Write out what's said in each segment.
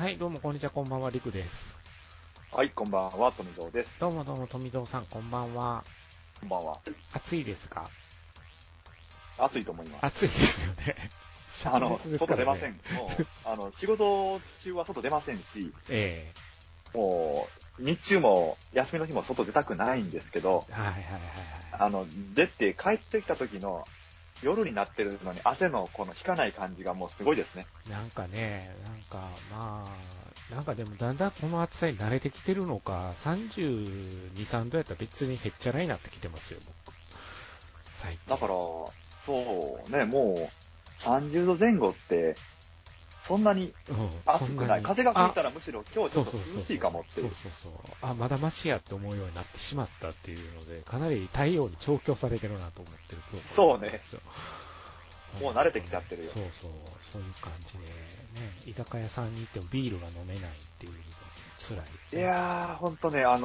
はい、どうもこんにちは、こんばんは、りくです。 はい、こんばんは、富蔵です。 どうも富蔵さん、こんばんは。 こんばんは。 暑いですか？ 暑いと思います。 暑いですよね。 外出ません。もう、仕事中は外出ませんし、もう、日中も休みの日も外出たくないんですけど、出て帰ってきた時の夜になってるのに汗のこの引かない感じがもうすごいですね。 なんかでもだんだんこの暑さに慣れてきてるのか、32、3度やったら別にへっちゃらになってきてますよ、僕。最近。 だから、そうね、もう30度前後って、そんなに暑くない。風が吹いたらむしろ今日ちょっと涼しいかもっていう。 あ、まだマシやって思うようになってしまったっていうので、かなり太陽に調教されてるなと思ってる今日。 そうね。もう慣れてきちゃってるよ。 そういう感じで、ね、居酒屋さんに行ってもビールが飲めないっていうのが辛い。 いやー、ほんとね、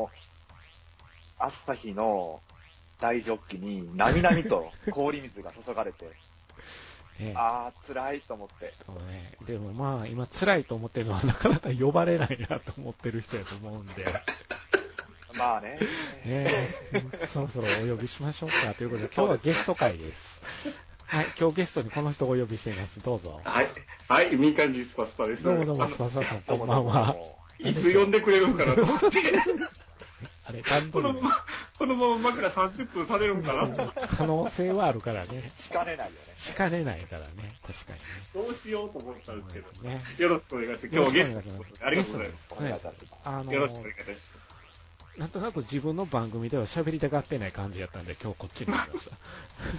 朝日の大ジョッキになみなみと氷水が注がれて、辛いと思って。 そうね。でもまあ、今辛いと思ってるのはなかなか呼ばれないなと思ってる人やと思うんで。 まあね。 そろそろお呼びしましょうかということで、今日はゲスト会です。はい、今日ゲストにこの人をお呼びしています。どうぞ。 はい、民間人スパスパです。 どうも、スパスパさん、こんばんは。 いつ呼んでくれるんかなと思って。 あれ、 このまま枕30分されるんかな可能性はあるからね。 しかねないよね。 しかねないからね。確かにね。 どうしようと思ったんですけど。 ね、 よろしくお願いします。今日はゲストということでありがとうございます。 お願いいたします。よろしくお願いいたします。 なんとなく自分の番組では喋りたがってない感じやったんで、今日こっちに来ました。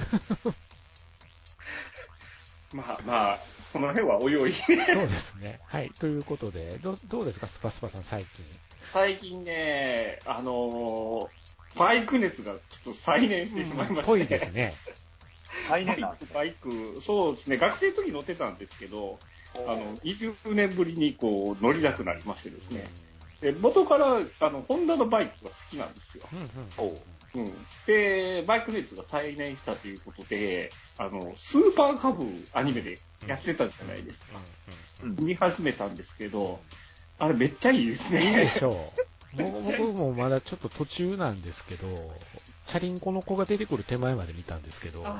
まあ、その辺はおいおい。 そうですね。はい。ということで、どうですか、スパスパさん、最近。 最近ね、バイク熱がちょっと再燃してしまいましたね。 ぽいですね。 再燃なんですね。 バイク、そうですね、学生の時乗ってたんですけど、20年ぶりにこう乗りたくなりましてですね。で元からホンダのバイクが好きなんですよ。で、バイク熱が再燃したということで、スーパーカブアニメでやってたじゃないですか。見始めたんですけど、あれめっちゃいいですね。 いいでしょう。僕もまだちょっと途中なんですけど、チャリンコの子が出てくる手前まで見たんですけど。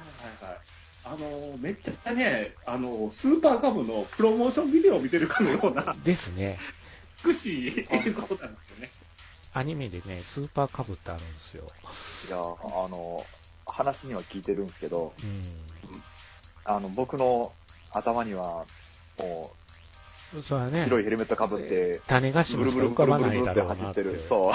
めっちゃね、スーパーカブのプロモーションビデオを見てるかのような。 ですね。 美しい映像なんですよね。 アニメでね、スーパーカブってあるんですよ。 いや、話には聞いてるんですけど、僕の頭には、もう、 そうだね、 白いヘルメットかぶって、 種子島しか浮かばないだろうなって。 そう。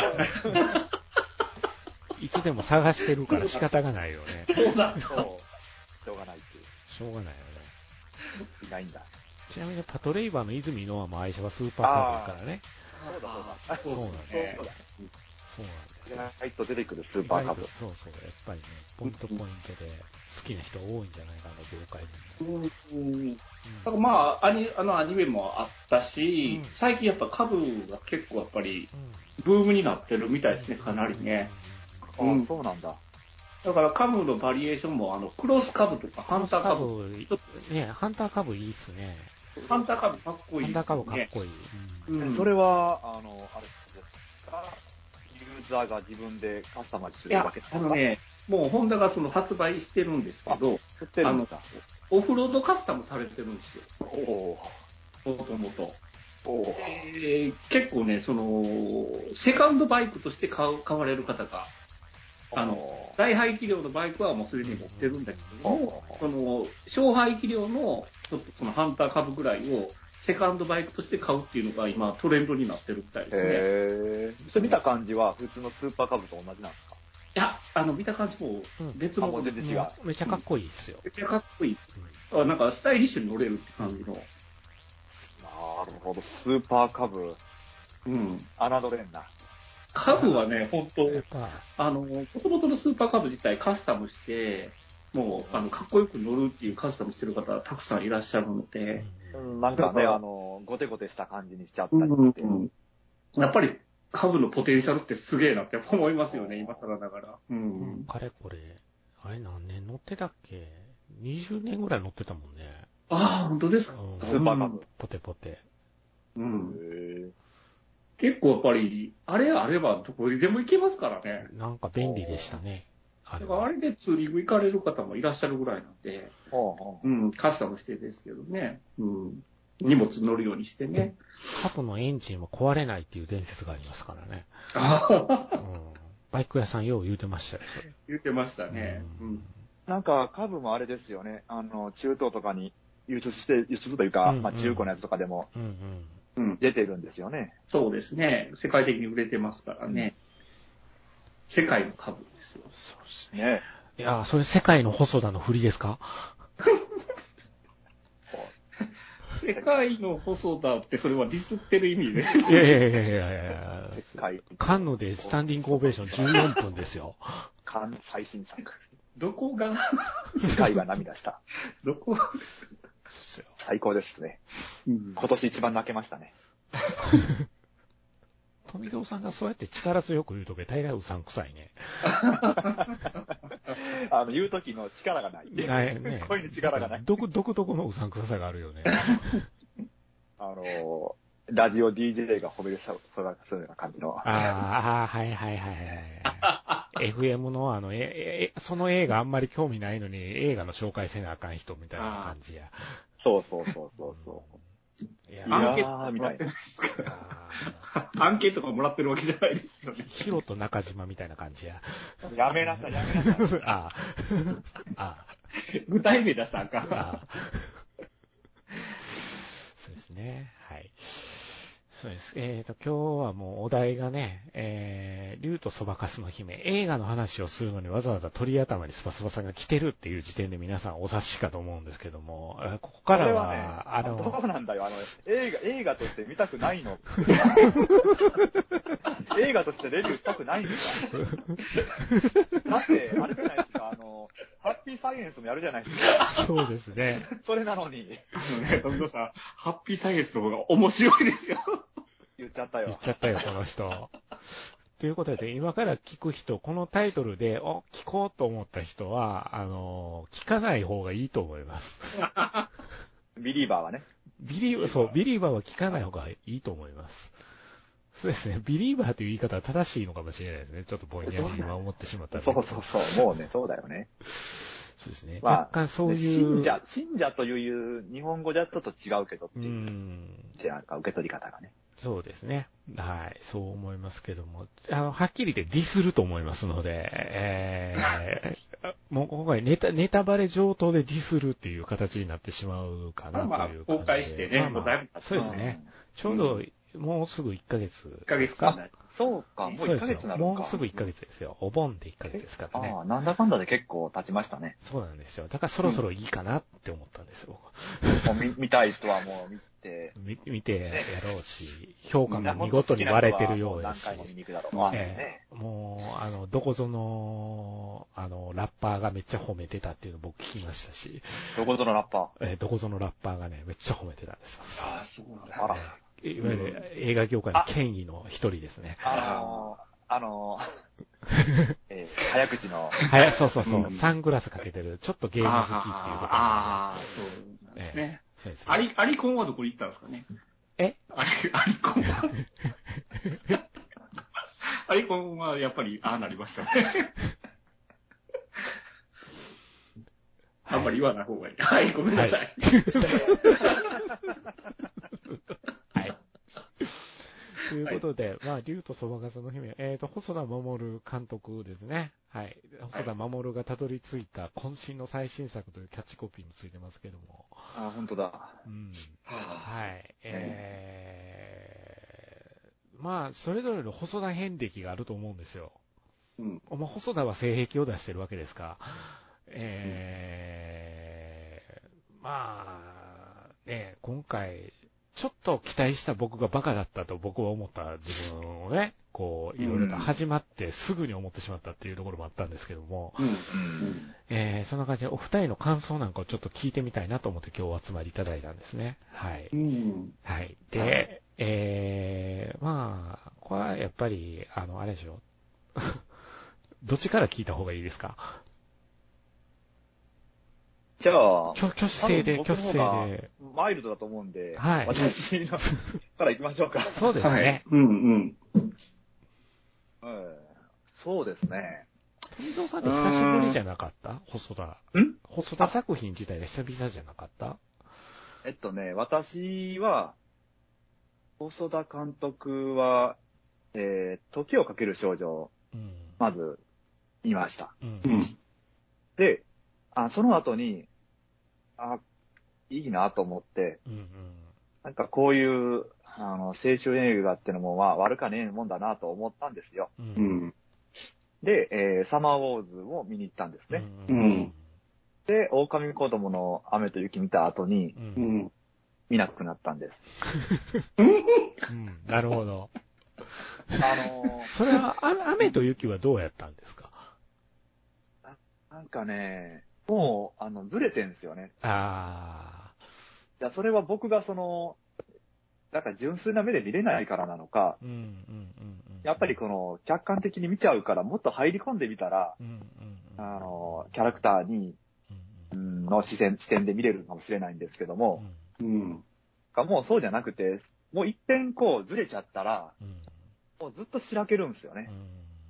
いつでも探してるから仕方がないよね。 そうだ。 しょうがないっていう。 しょうがないよね。 いないんだ。 ちなみにパトレイバーの泉ノアも愛車はスーパーカブだからね。そうなんですよ。そうなんですよ。 意外と出てくるスーパーカブ。 そう、やっぱりね、ポイントで好きな人多いんじゃないかな、業界でも。 だからまあ、アニメもあったし、最近やっぱカブが結構やっぱり、ブームになってるみたいですね、かなりね。 そうなんだ。 だからカブのバリエーションも、クロスカブとかハンターカブ。 ね、ハンターカブいいっすね。 ハンターカブかっこいい、 ハンターカブかっこいい。 それは、あれですか、ユーザーが自分でカスタマイズするわけですか？ もうホンダがその発売してるんですけど、オフロードカスタムされてるんですよ。もともと。結構ね、セカンドバイクとして買われる方が、大排気量のバイクはもうすでに持ってるんだけども、小排気量の、ちょっとそのハンター株ぐらいを、セカンドバイクとして買うっていうのが今トレンドになってるみたいですね。 それ見た感じは普通のスーパーカブと同じなんですか？ いや、見た感じも別の。 全然違う。 めちゃかっこいいですよ。 めちゃかっこいい。なんかスタイリッシュに乗れるって感じの。 なるほど、スーパーカブ。侮れんな。 カブはね、本当元々のスーパーカブ自体カスタムして、もう、かっこよく乗るっていうカスタムしてる方たくさんいらっしゃるので。 なんかね、ゴテゴテした感じにしちゃったりして。 やっぱり、カブのポテンシャルってすげえなって思いますよね、今更ながら。 かれこれ、あれ何年乗ってたっけ？ 20 年ぐらい乗ってたもんね。 ああ、本当ですか。 スーパーカブ。 ポテポテ。 うん。結構やっぱり、あれあればどこでも行けますからね。 なんか便利でしたね。 だからあれでツーリング行かれる方もいらっしゃるぐらいなんで、うん、カスタムしてですけどね、うん、荷物乗るようにしてね。 カブのエンジンは壊れないっていう伝説がありますからね。バイク屋さんよう言うてましたよ、それ。 言うてましたね。 なんか、カブもあれですよね、中東とかに輸出というか、まあ中古のやつとかでも、出てるんですよね。 そうですね。世界的に売れてますからね。世界の株ですよ。 そうですね。いや、それ世界の細田の振りですか？ 世界の細田ってそれはディスってる意味で。 いや。カンヌでスタンディングオベーション14分ですよ。 カンヌ最新作。 どこが世界が涙した。 どこ最高ですね。今年一番泣けましたね。 富蔵さんがそうやって力強く言うとき大概うさんくさいね。 言うときの力がない。 ないね。 声に力がない。 独特のうさんくささがあるよね。 ラジオ DJ が褒めるそういうような感じの。 はい。FM のその映画あんまり興味ないのに映画の紹介せなあかん人みたいな感じや。 そう。 アンケートみたいな。アンケートがもらってるわけじゃないですよね。 ヒロと中島みたいな感じや。 やめなさい。 具体名出したらあかん。 そうですね。はい。そうです。今日はもうお題がね、竜とそばかすの姫、映画の話をするのにわざわざ鳥頭にスパスパさんが来てるっていう時点で皆さんお察しかと思うんですけども、ここからは、 ね、どうなんだよ、映画として見たくないの映画としてレビューしたくないんですかだって、あれじゃないですか、ハッピーサイエンスもやるじゃないですか。 そうですね。 それなのに。 富藤さん、ハッピーサイエンスの方が面白いですよ。 言っちゃったよ、 この人。ということで、今から聞く人、このタイトルで、聞こうと思った人は、聞かない方がいいと思います。 ビリーバーはね。 ビリーバーは聞かない方がいいと思います。そうですね。ビリーバーという言い方は正しいのかもしれないですね。ちょっとぼんやり今思ってしまったんで。 そう。もうね、そうだよね。 そうですね。若干そういう。 信者という日本語ではちょっと違うけどっていう。なんか受け取り方がね。 そうですね。はい。そう思いますけども。はっきり言ってディスると思いますので、もう今回ネタバレ上等でディスるっていう形になってしまうかなという感じで。 公開してね。 そうですね。ちょうど、もうすぐ1ヶ月。 1ヶ月か。 そうか、もう1ヶ月なのか。 もうすぐ1ヶ月ですよ。お盆で1ヶ月ですからね。 なんだかんだで結構経ちましたね。 そうなんですよ。だからそろそろいいかなって思ったんですよ。 見たい人はもう見てやろうし、評価も見事に割れてるようですし。 何回も見に行くだろう。 もう、どこぞの、ラッパーがめっちゃ褒めてたっていうのを僕聞きましたし。 どこぞのラッパーどこぞのラッパーがね、めっちゃ褒めてたんですよ。 そうなんだ。 いわゆる映画業界の権威の一人ですね。 早口の。 そう。サングラスかけてる、ちょっとゲーム好きっていうところ。 そうなんですね。アリコンはどこに行ったんですかね。アリコンはアリコンはやっぱり、なりましたね。あんまり言わない方がいい。はい、ごめんなさい。 はい。ということで、竜とそばかすの姫、細田守監督ですね。はい。細田守がたどり着いた渾身の最新作というキャッチコピーもついてますけども。 本当だ。 はい。それぞれの細田遍歴があると思うんですよ。細田は性癖を出してるわけですから。今回、ちょっと期待した僕がバカだったと僕は思った自分をね、いろいろと始まってすぐに思ってしまったっていうところもあったんですけども、そんな感じでお二人の感想なんかをちょっと聞いてみたいなと思って今日お集まりいただいたんですね。はい。はい。で、これはやっぱり、あれでしょ。どっちから聞いた方がいいですか？ じゃあ、 挙手制で。 マイルドだと思うんで、 はい。 私のから行きましょうか。 そうですね。 そうですね。 富蔵さんって久しぶりじゃなかった？細田作品自体が久々じゃなかった？ 私は、細田監督は、時をかける少女、まず、見ました。で、その後に、いいなと思って、なんかこういう、青春映画ってのも、悪かねえもんだなと思ったんですよ。で、サマーウォーズを見に行ったんですね。で、狼子供の雨と雪見た後に、見なくなったんです。 なるほど。それは、雨と雪はどうやったんですか？ なんかね、もう、ずれてんですよね。いや、それは僕がなんか純粋な目で見れないからなのか、やっぱり客観的に見ちゃうから、もっと入り込んでみたら、キャラクターに、の視点で見れるかもしれないんですけども、もうそうじゃなくて、もう一遍こうずれちゃったら、もうずっとしらけるんですよね。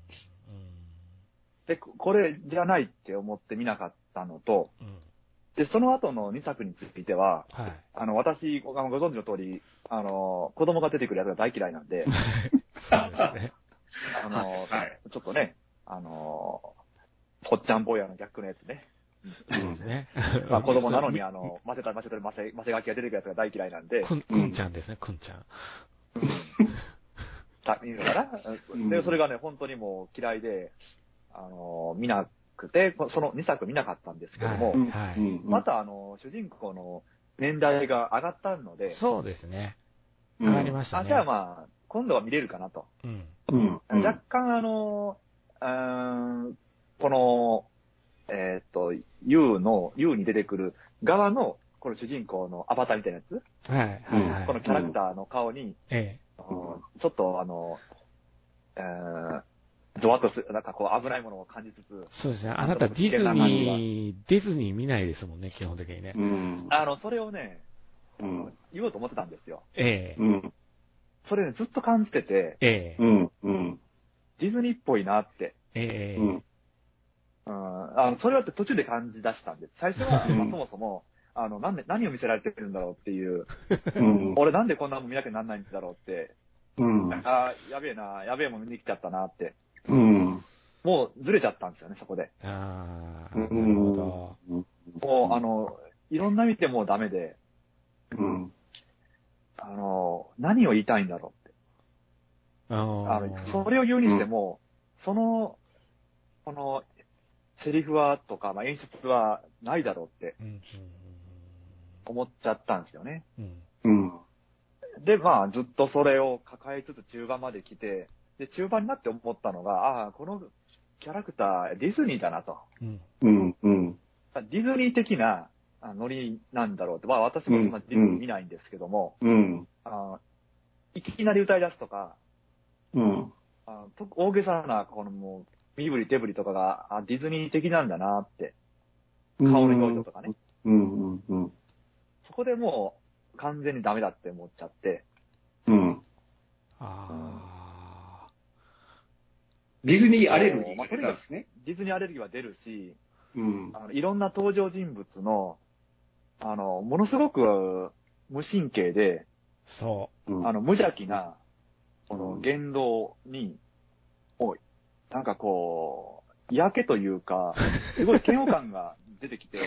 で、これじゃないって思って見なかったのと、で、その後の2作については、私、ご存知の通り、子供が出てくるやつが大嫌いなんで、 そうですね。 ちょっとね、ぽっちゃん坊やの逆のやつね。 そうですね。 子供なのに、ませがきが出てくるやつが大嫌いなんで。 くんちゃんですね、くんちゃん。 いいのかな？で、それがね、本当にもう嫌いで、見なくて、その2作見なかったんですけども、また主人公の年代が上がったので、 そうですね。上がりましたね。 じゃあ今度は見れるかなと。若干この、U に出てくる側の、この主人公のアバターみたいなやつ、このキャラクターの顔に、ちょっとゾワッとする、なんかこう危ないものを感じつつ。 そうですね。あなたディズニー見ないですもんね、基本的にね。 それをね、言おうと思ってたんですよ。それね、ずっと感じてて、ディズニーっぽいなって。それは途中で感じ出したんです。最初は、そもそも、何を見せられてるんだろうっていう、俺なんでこんなもん見なきゃなんないんだろうって、やべえもん見に来ちゃったなって。もうずれちゃったんですよね、そこで。 なるほど。もう、いろんな意味でもうダメで、何を言いたいんだろうって。それを言うにしても、この、セリフはとか、演出はないだろうって、思っちゃったんですよね。で、ずっとそれを抱えつつ中盤まで来て、で、中盤になって思ったのが、このキャラクター、ディズニーだなと。ディズニー的なノリなんだろうって。私もそんなディズニー見ないんですけども、いきなり歌い出すとか、大げさな、もう、身振り手振りとかが、ディズニー的なんだなって。顔の表情とかね。そこでもう、完全にダメだって思っちゃって。 ディズニーアレルギーが出たんですね。 ディズニーアレルギーは出るし、いろんな登場人物の、ものすごく無神経で、無邪気な、この言動に、なんかこう、嫌気というか、すごい嫌悪感が出てきて、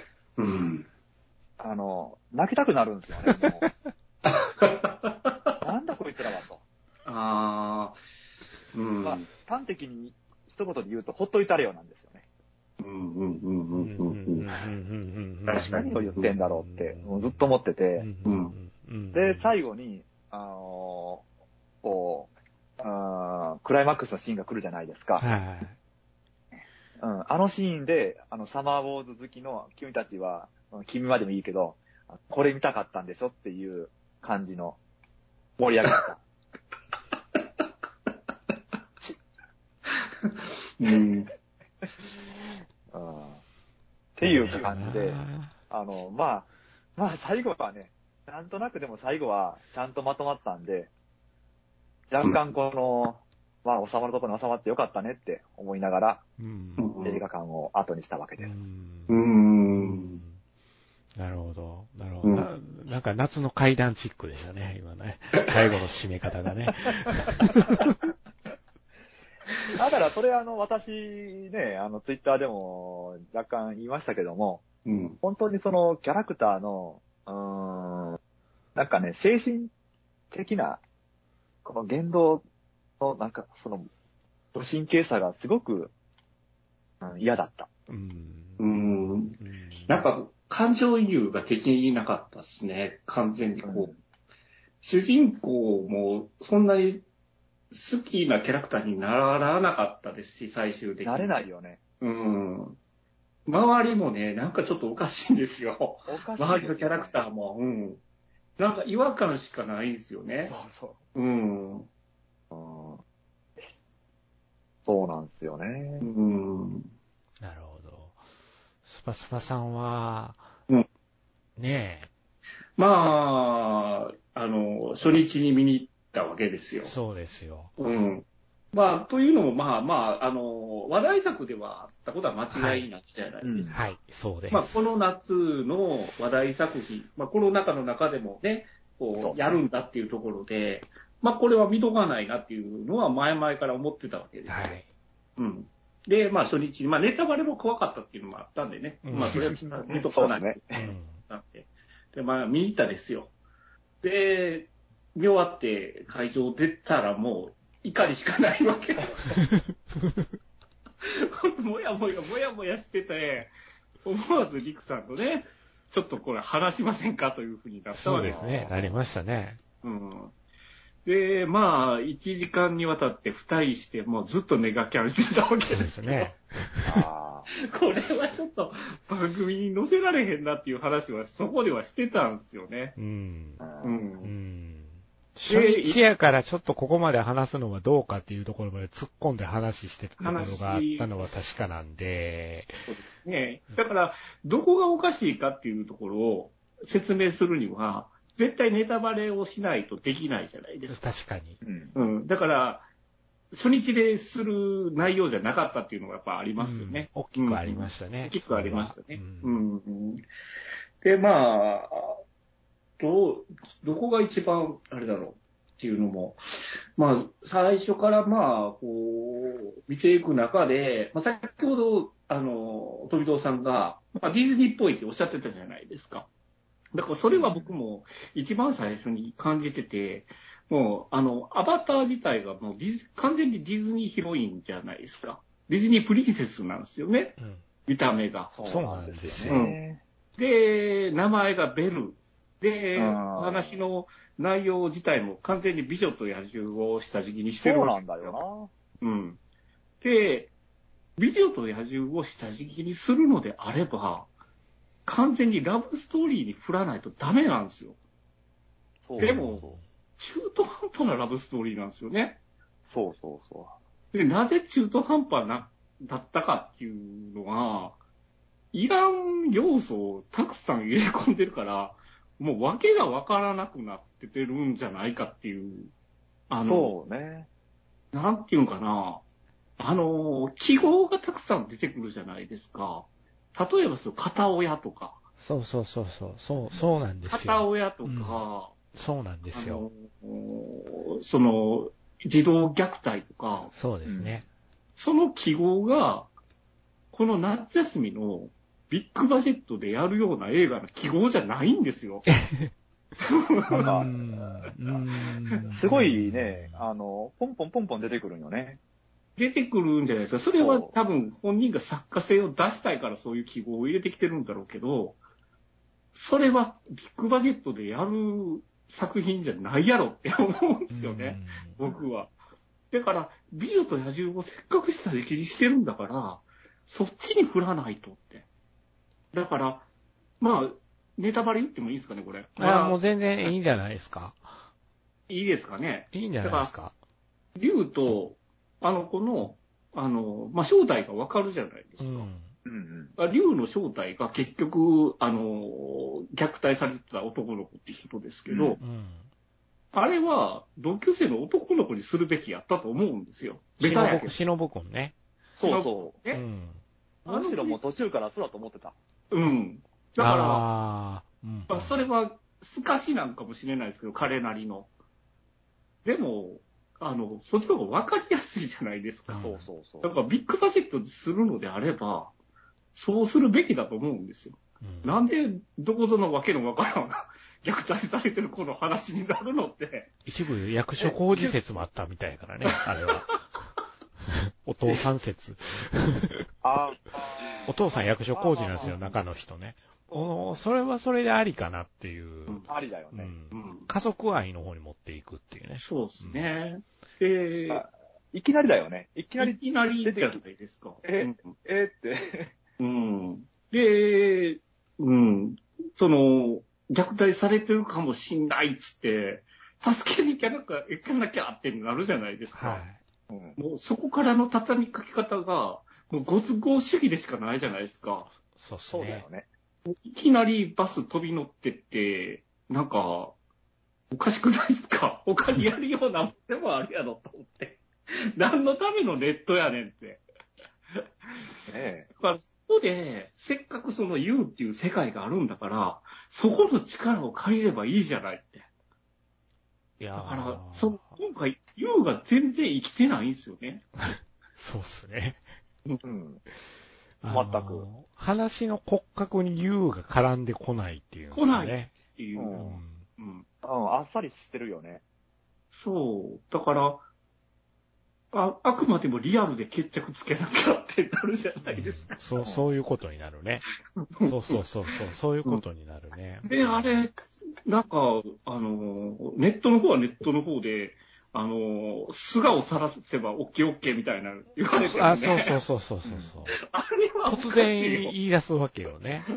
泣きたくなるんですよね、もう。なんだこいつらはと。端的に一言で言うと、ほっといたれよなんですよね。確かに何を言ってんだろうって、ずっと思ってて、で、最後に、クライマックスのシーンが来るじゃないですか。あのシーンで、サマーウォーズ好きの君たちは、君までもいいけど、これ見たかったんでしょっていう感じの盛り上がった。 っていう感じで、まあ最後はね、なんとなくでも最後はちゃんとまとまったんで、若干まあ収まるところに収まってよかったねって思いながら、映画館を後にしたわけです。 なるほど。なるほど。なんか夏の階段チックでしたね、今ね。最後の締め方がね。 だからそれ私ね、ツイッターでも若干言いましたけども、本当にそのキャラクターの、なんかね、精神的な、この言動の、なんかその、神経さがすごく、嫌だった。 なんか、感情移入ができなかったですね、完全に主人公もそんなに好きなキャラクターにならなかったですし、最終的に。 なれないよね。 周りもね、なんかちょっとおかしいんですよ。周りのキャラクターも。なんか違和感しかないんですよね。 そうなんですよね。 なるほど。スパスパさんは、ねえ。 まあ、初日に見に行ったわけですよ。 そうですよ。 まあ、というのも、話題作ではあったことは間違いないじゃないですか。 はい、そうです。 まあ、この夏の話題作品、まあ、コロナ禍の中でもね、やるんだっていうところで、まあ、これは見とかないなっていうのは前々から思ってたわけですよ。で、まあ、初日に、まあ、ネタバレも怖かったっていうのもあったんでね、まあ、それは見とかないと。で、まあ、見に行ったですよ。で、見終わって会場出たらもう怒りしかないわけ。もやもやしてて、思わずリクさんとね、ちょっとこれ話しませんかというふうになったわけです。 そうですね、なりましたね。 で、まあ、1時間にわたって2人して、もうずっとネガキャンしてたわけですね。これはちょっと番組に載せられへんなっていう話はそこではしてたんですよね。 初日やからちょっとここまで話すのはどうかっていうところまで突っ込んで話してたところがあったのは確かなんで。 そうですね。だから、どこがおかしいかっていうところを説明するには、絶対ネタバレをしないとできないじゃないですか。 確かに。 だから、初日でする内容じゃなかったっていうのがやっぱありますよね。 大きくありましたね。 大きくありましたね。で、まあ、どこが一番あれだろうっていうのも、まあ、最初からまあ、こう、見ていく中で、まあ、先ほど、飛藤さんが、まあ、ディズニーっぽいっておっしゃってたじゃないですか。だからそれは僕も一番最初に感じてて、もう、アバター自体がもう完全にディズニーヒロインじゃないですか。ディズニープリンセスなんですよね。見た目が。 そうなんですよね。 で、名前がベル。で、話の内容自体も完全に美女と野獣を下敷きにしてる。 そうなんだよな。で、美女と野獣を下敷きにするのであれば、完全にラブストーリーに振らないとダメなんですよ。でも、中途半端なラブストーリーなんですよね。で、なぜ中途半端だったかっていうのは、いらん要素をたくさん入れ込んでるから、もう訳がわからなくなっててるんじゃないかっていう。 そうね。 なんていうのかな。記号がたくさん出てくるじゃないですか。例えば片親とか。 そうなんですよ。 片親とか、 そうなんですよ。 児童虐待とか。 そうですね。 その記号が、この夏休みのビッグバジェットでやるような映画の記号じゃないんですよ。 すごいね、ポンポン出てくるんよね。 出てくるんじゃないですか。それは多分本人が作家性を出したいからそういう記号を入れてきてるんだろうけど、それはビッグバジェットでやる作品じゃないやろって思うんですよね、僕は。だから、美女と野獣をせっかく下敷きにしてるんだから、そっちに振らないとって。だから、まあ、ネタバレ言ってもいいですかね、これ。 もう全然いいんじゃないですか。 いいですかね。 いいんじゃないですか。 竜と、この、まあ、正体がわかるじゃないですか。 竜の正体が結局、虐待されてた男の子っていうことですけど、あれは同級生の男の子にするべきやったと思うんですよ。 しのぶくんね。 そうそう。むしろもう途中からそうだと思ってた。 だから、それは透かしなんかもしれないですけど、彼なりの。でも、そっちの方が分かりやすいじゃないですか。だからビッグバジェットするのであれば、そうするべきだと思うんですよ。なんで、どこぞのわけのわからん虐待されてる子の話になるのって。 一部役所広司説もあったみたいからね、あれは。お父さん説。お父さん役所広司なんですよ、中の人ね。それはそれでありかなっていう。 ありだよね。 家族愛の方に持っていくっていうね。 そうですね。 いきなりだよね。いきなりじゃないですか。 って。 で、虐待されてるかもしんないっつって、助けに行かなきゃってなるじゃないですか。もうそこからの畳みかけ方が、もうご都合主義でしかないじゃないですか。 そうだよね。 いきなりバス飛び乗ってって、なんか、おかしくないですか？他にやるようなもんでもあるやろと思って。何のためのネットやねんって。だからそこで、せっかくその U っていう世界があるんだから、そこの力を借りればいいじゃないって。だから、今回 U が全然生きてないんですよね。 そうっすね。 全く。 話の骨格に U が絡んでこないっていうんですね。 来ないっていう。 あっさりしてるよね。 そう。だから、あくまでもリアルで決着つけなきゃってなるじゃないですか。 そういうことになるね。そういうことになるね。 で、あれ、なんか、ネットの方はネットの方で、素顔さらせばオッケーみたいな言われてるね。 そう。あれは突然言い出すわけよね。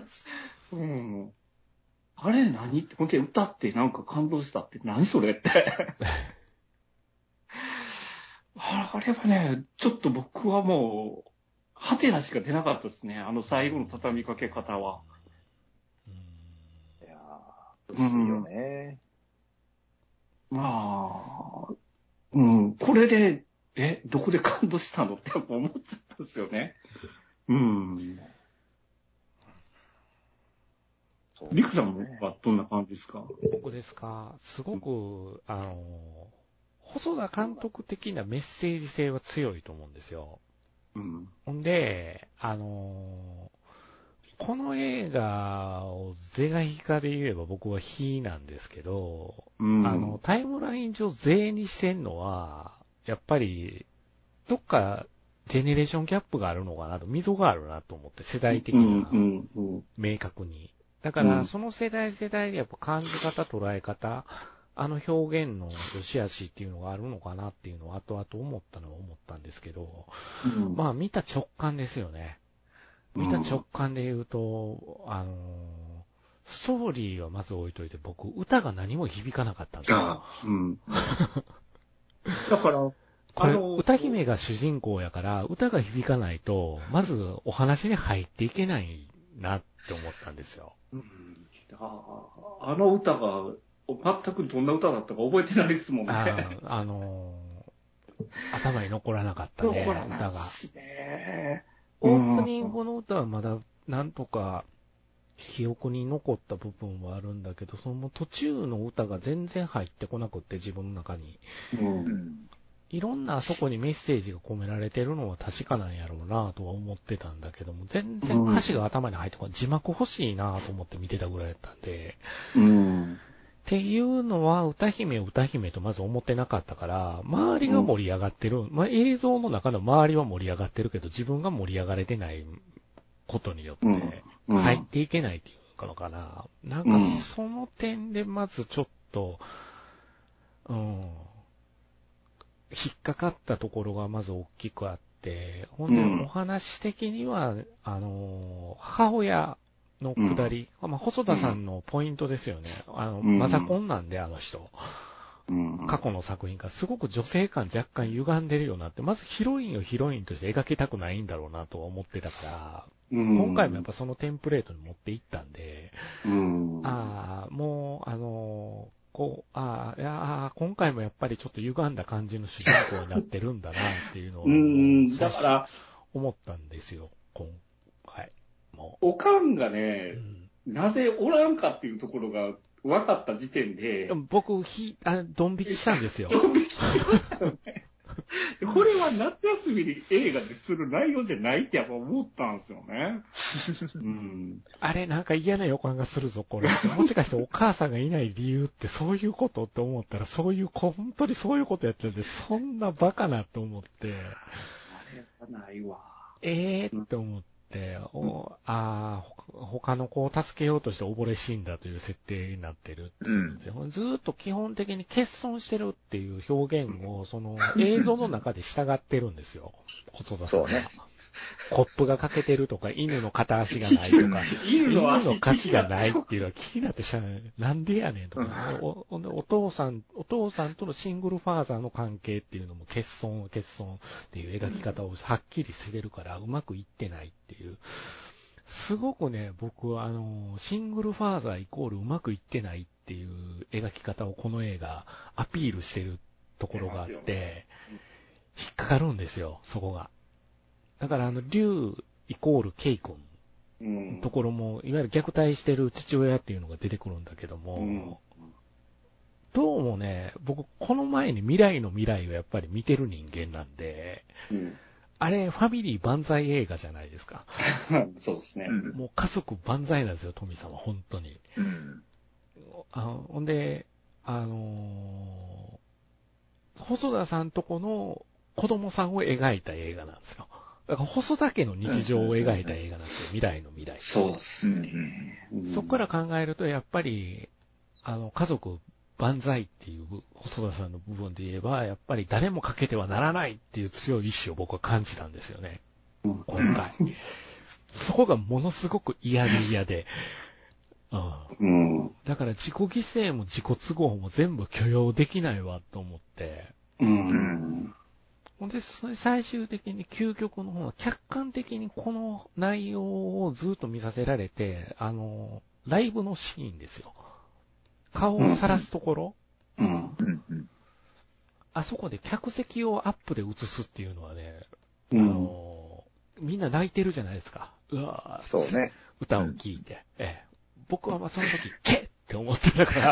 あれ何って、本当に歌ってなんか感動したって何それって。あれはね、ちょっと僕はもう、ハテナしか出なかったですね。最後の畳みかけ方は。 いやー、不思議よね。 まあ、これで、どこで感動したのってやっぱ思っちゃったんですよね。リクさんはどんな感じですか？ 僕ですか？すごく、細田監督的なメッセージ性は強いと思うんですよ。ほんで、この映画を是が非かで言えば僕は非なんですけど、タイムライン上是にしてんのは、やっぱり、どっかジェネレーションギャップがあるのかなと、溝があるなと思って、世代的な、明確に。だから、その世代でやっぱ感じ方、捉え方、表現の良し悪しっていうのがあるのかなっていうのを後々思ったんですけど、まあ見た直感ですよね。見た直感で言うと、ストーリーはまず置いといて、僕、歌が何も響かなかったんですよ。 だから、 これ、歌姫が主人公やから、歌が響かないと、まずお話に入っていけないなって思ったんですよ。 あの歌が、全くどんな歌だったか覚えてないですもんね。 頭に残らなかったね、 歌が。 オープニングの歌はまだなんとか記憶に残った部分はあるんだけど、その途中の歌が全然入ってこなくって自分の中に。いろんなあそこにメッセージが込められてるのは確かなんやろうなとは思ってたんだけども、全然歌詞が頭に入ってこない。字幕欲しいなと思って見てたぐらいだったんで。っていうのは歌姫とまず思ってなかったから、周りが盛り上がってる。映像の中の周りは盛り上がってるけど、自分が盛り上がれてないことによって、入っていけないっていうのかな。なんかその点でまずちょっと、引っかかったところがまず大きくあって、ほんで、お話的には、母親のくだり、細田さんのポイントですよね。マザコンなんで、あの人。過去の作品がすごく女性感若干歪んでるようになって、まずヒロインをヒロインとして描きたくないんだろうなとは思ってたか今回もやっぱそのテンプレートに持っていったんで、もう、今回もやっぱりちょっと歪んだ感じの主人公になってるんだなっていうのを、 だから思ったんですよ、今回も。 おかんがね、なぜおらんかっていうところが分かった時点で。 僕、ドン引きしたんですよ。 ドン引きしましたよね。これは夏休みに映画でする内容じゃないってやっぱ思ったんですよね。 あれ、なんか嫌な予感がするぞ、これ。もしかしてお母さんがいない理由ってそういうことって思ったら、本当にそういうことやってるんで、そんなバカなと思って。 あれはないわ。 って思って、他の子を助けようとして溺れ死んだという設定になってるっていうので、ずーっと基本的に欠損してるっていう表現を、その映像の中で従ってるんですよ、細田さんは。コップが欠けてるとか、犬の片足がないとか、犬の足がないっていうのは気になってしゃあない。なんでやねんとか、お父さんとのシングルファーザーの関係っていうのも欠損っていう描き方をはっきりしてるからうまくいってないっていう。すごくね、僕はシングルファーザーイコールうまくいってないっていう描き方をこの映画アピールしてるところがあって、引っかかるんですよ、そこが。だから竜イコールケイ君のところも、いわゆる虐待してる父親っていうのが出てくるんだけども、どうもね、僕この前に未来の未来をやっぱり見てる人間なんで、あれファミリー万歳映画じゃないですか。 そうですね。 もう家族万歳なんですよ、富さんは本当に。ほんで、細田さんとこの子供さんを描いた映画なんですよ。だから細田家の日常を描いた映画なんですよ。未来の未来。 そうですね。 そこから考えると、やっぱり、家族万歳っていう細田さんの部分で言えば、やっぱり誰もかけてはならないっていう強い意志を僕は感じたんですよね。今回。そこがものすごく嫌で嫌で。だから自己犠牲も自己都合も全部許容できないわと思って。で、最終的に究極の方は客観的にこの内容をずっと見させられて、ライブのシーンですよ。顔を晒すところ。あそこで客席をアップで映すっていうのはね、みんな泣いてるじゃないですか。 そうね。 歌を聴いて。僕はその時、けって思ってたから。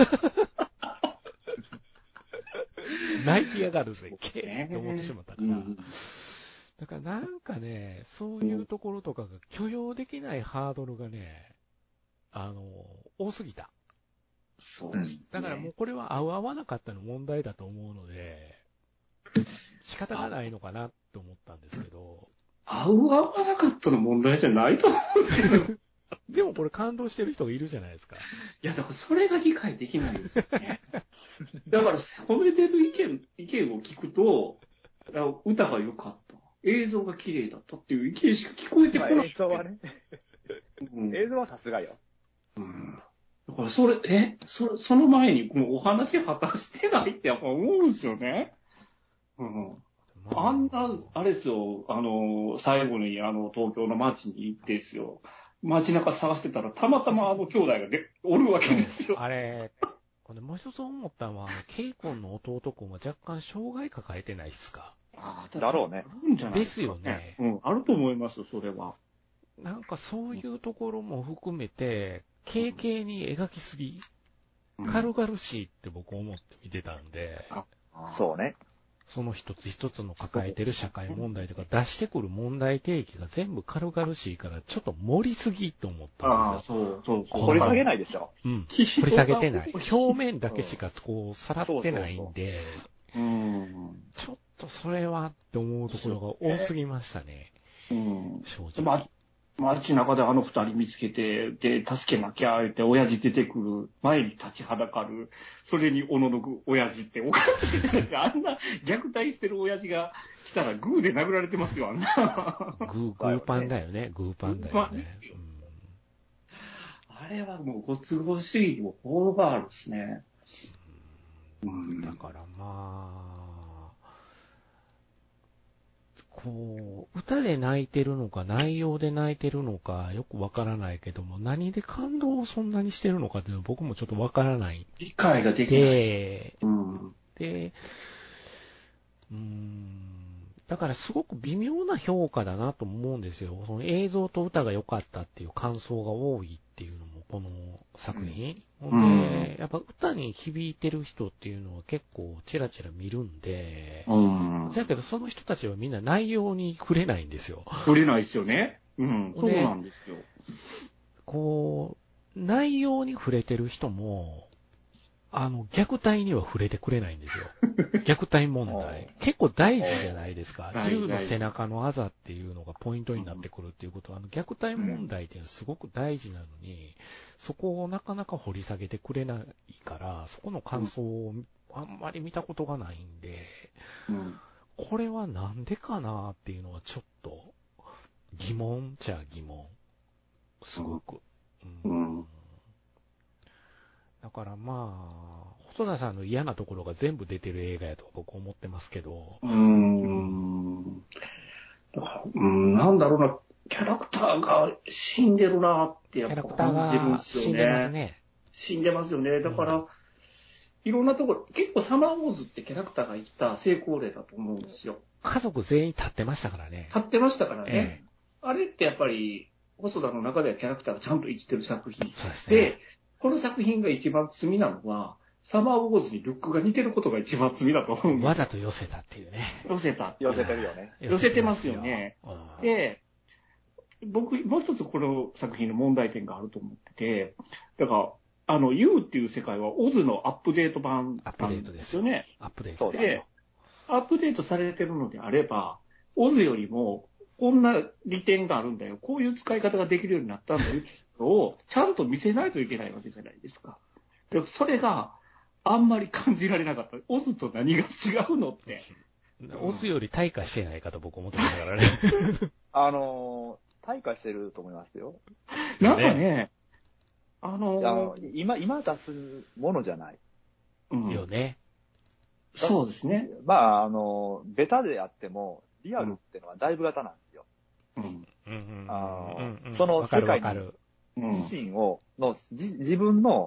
泣いてやがるぜ、けって思ってしまったから。だからなんかね、そういうところとかが許容できないハードルがね、多すぎた。 そうですね。 だからもうこれは合う合わなかったの問題だと思うので、仕方がないのかなって思ったんですけど。 合う合わなかったの問題じゃないと思うんですけど。 でもこれ感動してる人がいるじゃないですか。 いや、だからそれが理解できないんですよね。だから褒めてる意見を聞くと、歌が良かった。映像が綺麗だったっていう意見しか聞こえてこない。 映像はね。映像はさすがよ。 だからその前にもうお話果たしてないってやっぱ思うんですよね。あんな、あれですよ、最後に東京の街に行ってですよ、街中探してたらたまたま兄弟がおるわけですよ。 あれ、もう一つ思ったのは、ケイ君の弟君は若干障害抱えてないっすか？ だろうね。 ですよね。 あると思います、それは。 なんかそういうところも含めて、軽々に描きすぎ、軽々しいって僕思って見てたんで、 そうね。 その一つ一つの抱えてる社会問題とか出してくる問題提起が全部軽々しいから、ちょっと盛りすぎと思ったんですよ。 そう。 掘り下げないでしょ。 掘り下げてない。表面だけしかこう、さらってないんで、ちょっとそれはって思うところが多すぎましたね。正直。 街中で二人見つけて、で、助けなきゃ、って、親父出てくる、前に立ちはだかる、それにおののく親父っておかしいじゃないですか。あんな虐待してる親父が来たらグーで殴られてますよ、あんな。 グーパンだよね、グーパンだよね。 あれはもうご都合主義もオーバーですね。 だからまあ、ここう、歌で泣いてるのか、内容で泣いてるのか、よくわからないけども、何で感動をそんなにしてるのかっていうのは僕もちょっとわからない。 理解ができない。 で、だからすごく微妙な評価だなと思うんですよ。その映像と歌が良かったっていう感想が多いっていうのも、この作品。で、やっぱ歌に響いてる人っていうのは結構チラチラ見るんで、だけどその人たちはみんな内容に触れないんですよ。 触れないですよね。そうなんですよ。 こう、内容に触れてる人も、虐待には触れてくれないんですよ。虐待問題。結構大事じゃないですか。銃の背中のあざっていうのがポイントになってくるっていうことは、虐待問題っていうのはすごく大事なのに、そこをなかなか掘り下げてくれないから、そこの感想をあんまり見たことがないんで、これはなんでかなっていうのはちょっと疑問じゃ疑問。すごく。だからまあ、細田さんの嫌なところが全部出てる映画やと僕思ってますけど。 なんだろうな、キャラクターが死んでるなってやっぱ感じるんですよね。 死んでますね。 死んでますよね。だから、いろんなところ、結構サマーウォーズってキャラクターが生きた成功例だと思うんですよ。 家族全員立ってましたからね。 立ってましたからね。あれってやっぱり、細田の中ではキャラクターがちゃんと生きてる作品。 そうですね。 で、この作品が一番罪なのは、サマーウォーズにルックが似てることが一番罪だと思うんです。 わざと寄せたっていうね。 寄せた。 寄せてるよね。 寄せてますよね。で、僕、もう一つこの作品の問題点があると思ってて、だから、U っていう世界はオズのアップデート版なんですよね。 アップデートです。 で、アップデートされてるのであれば、オズよりも、こんな利点があるんだよ。こういう使い方ができるようになったんだよ。をちゃんと見せないといけないわけじゃないですか。でそれがあんまり感じられなかった。オズと何が違うのって。 オズより退化してないかと僕思ってましたからね。 退化してると思いますよ。 なんかね、 今出すものじゃない。 よね。 そうですね。 まあ、ベタであっても、リアルってのはだいぶ型なんですよ。その世界に自身を、自分の、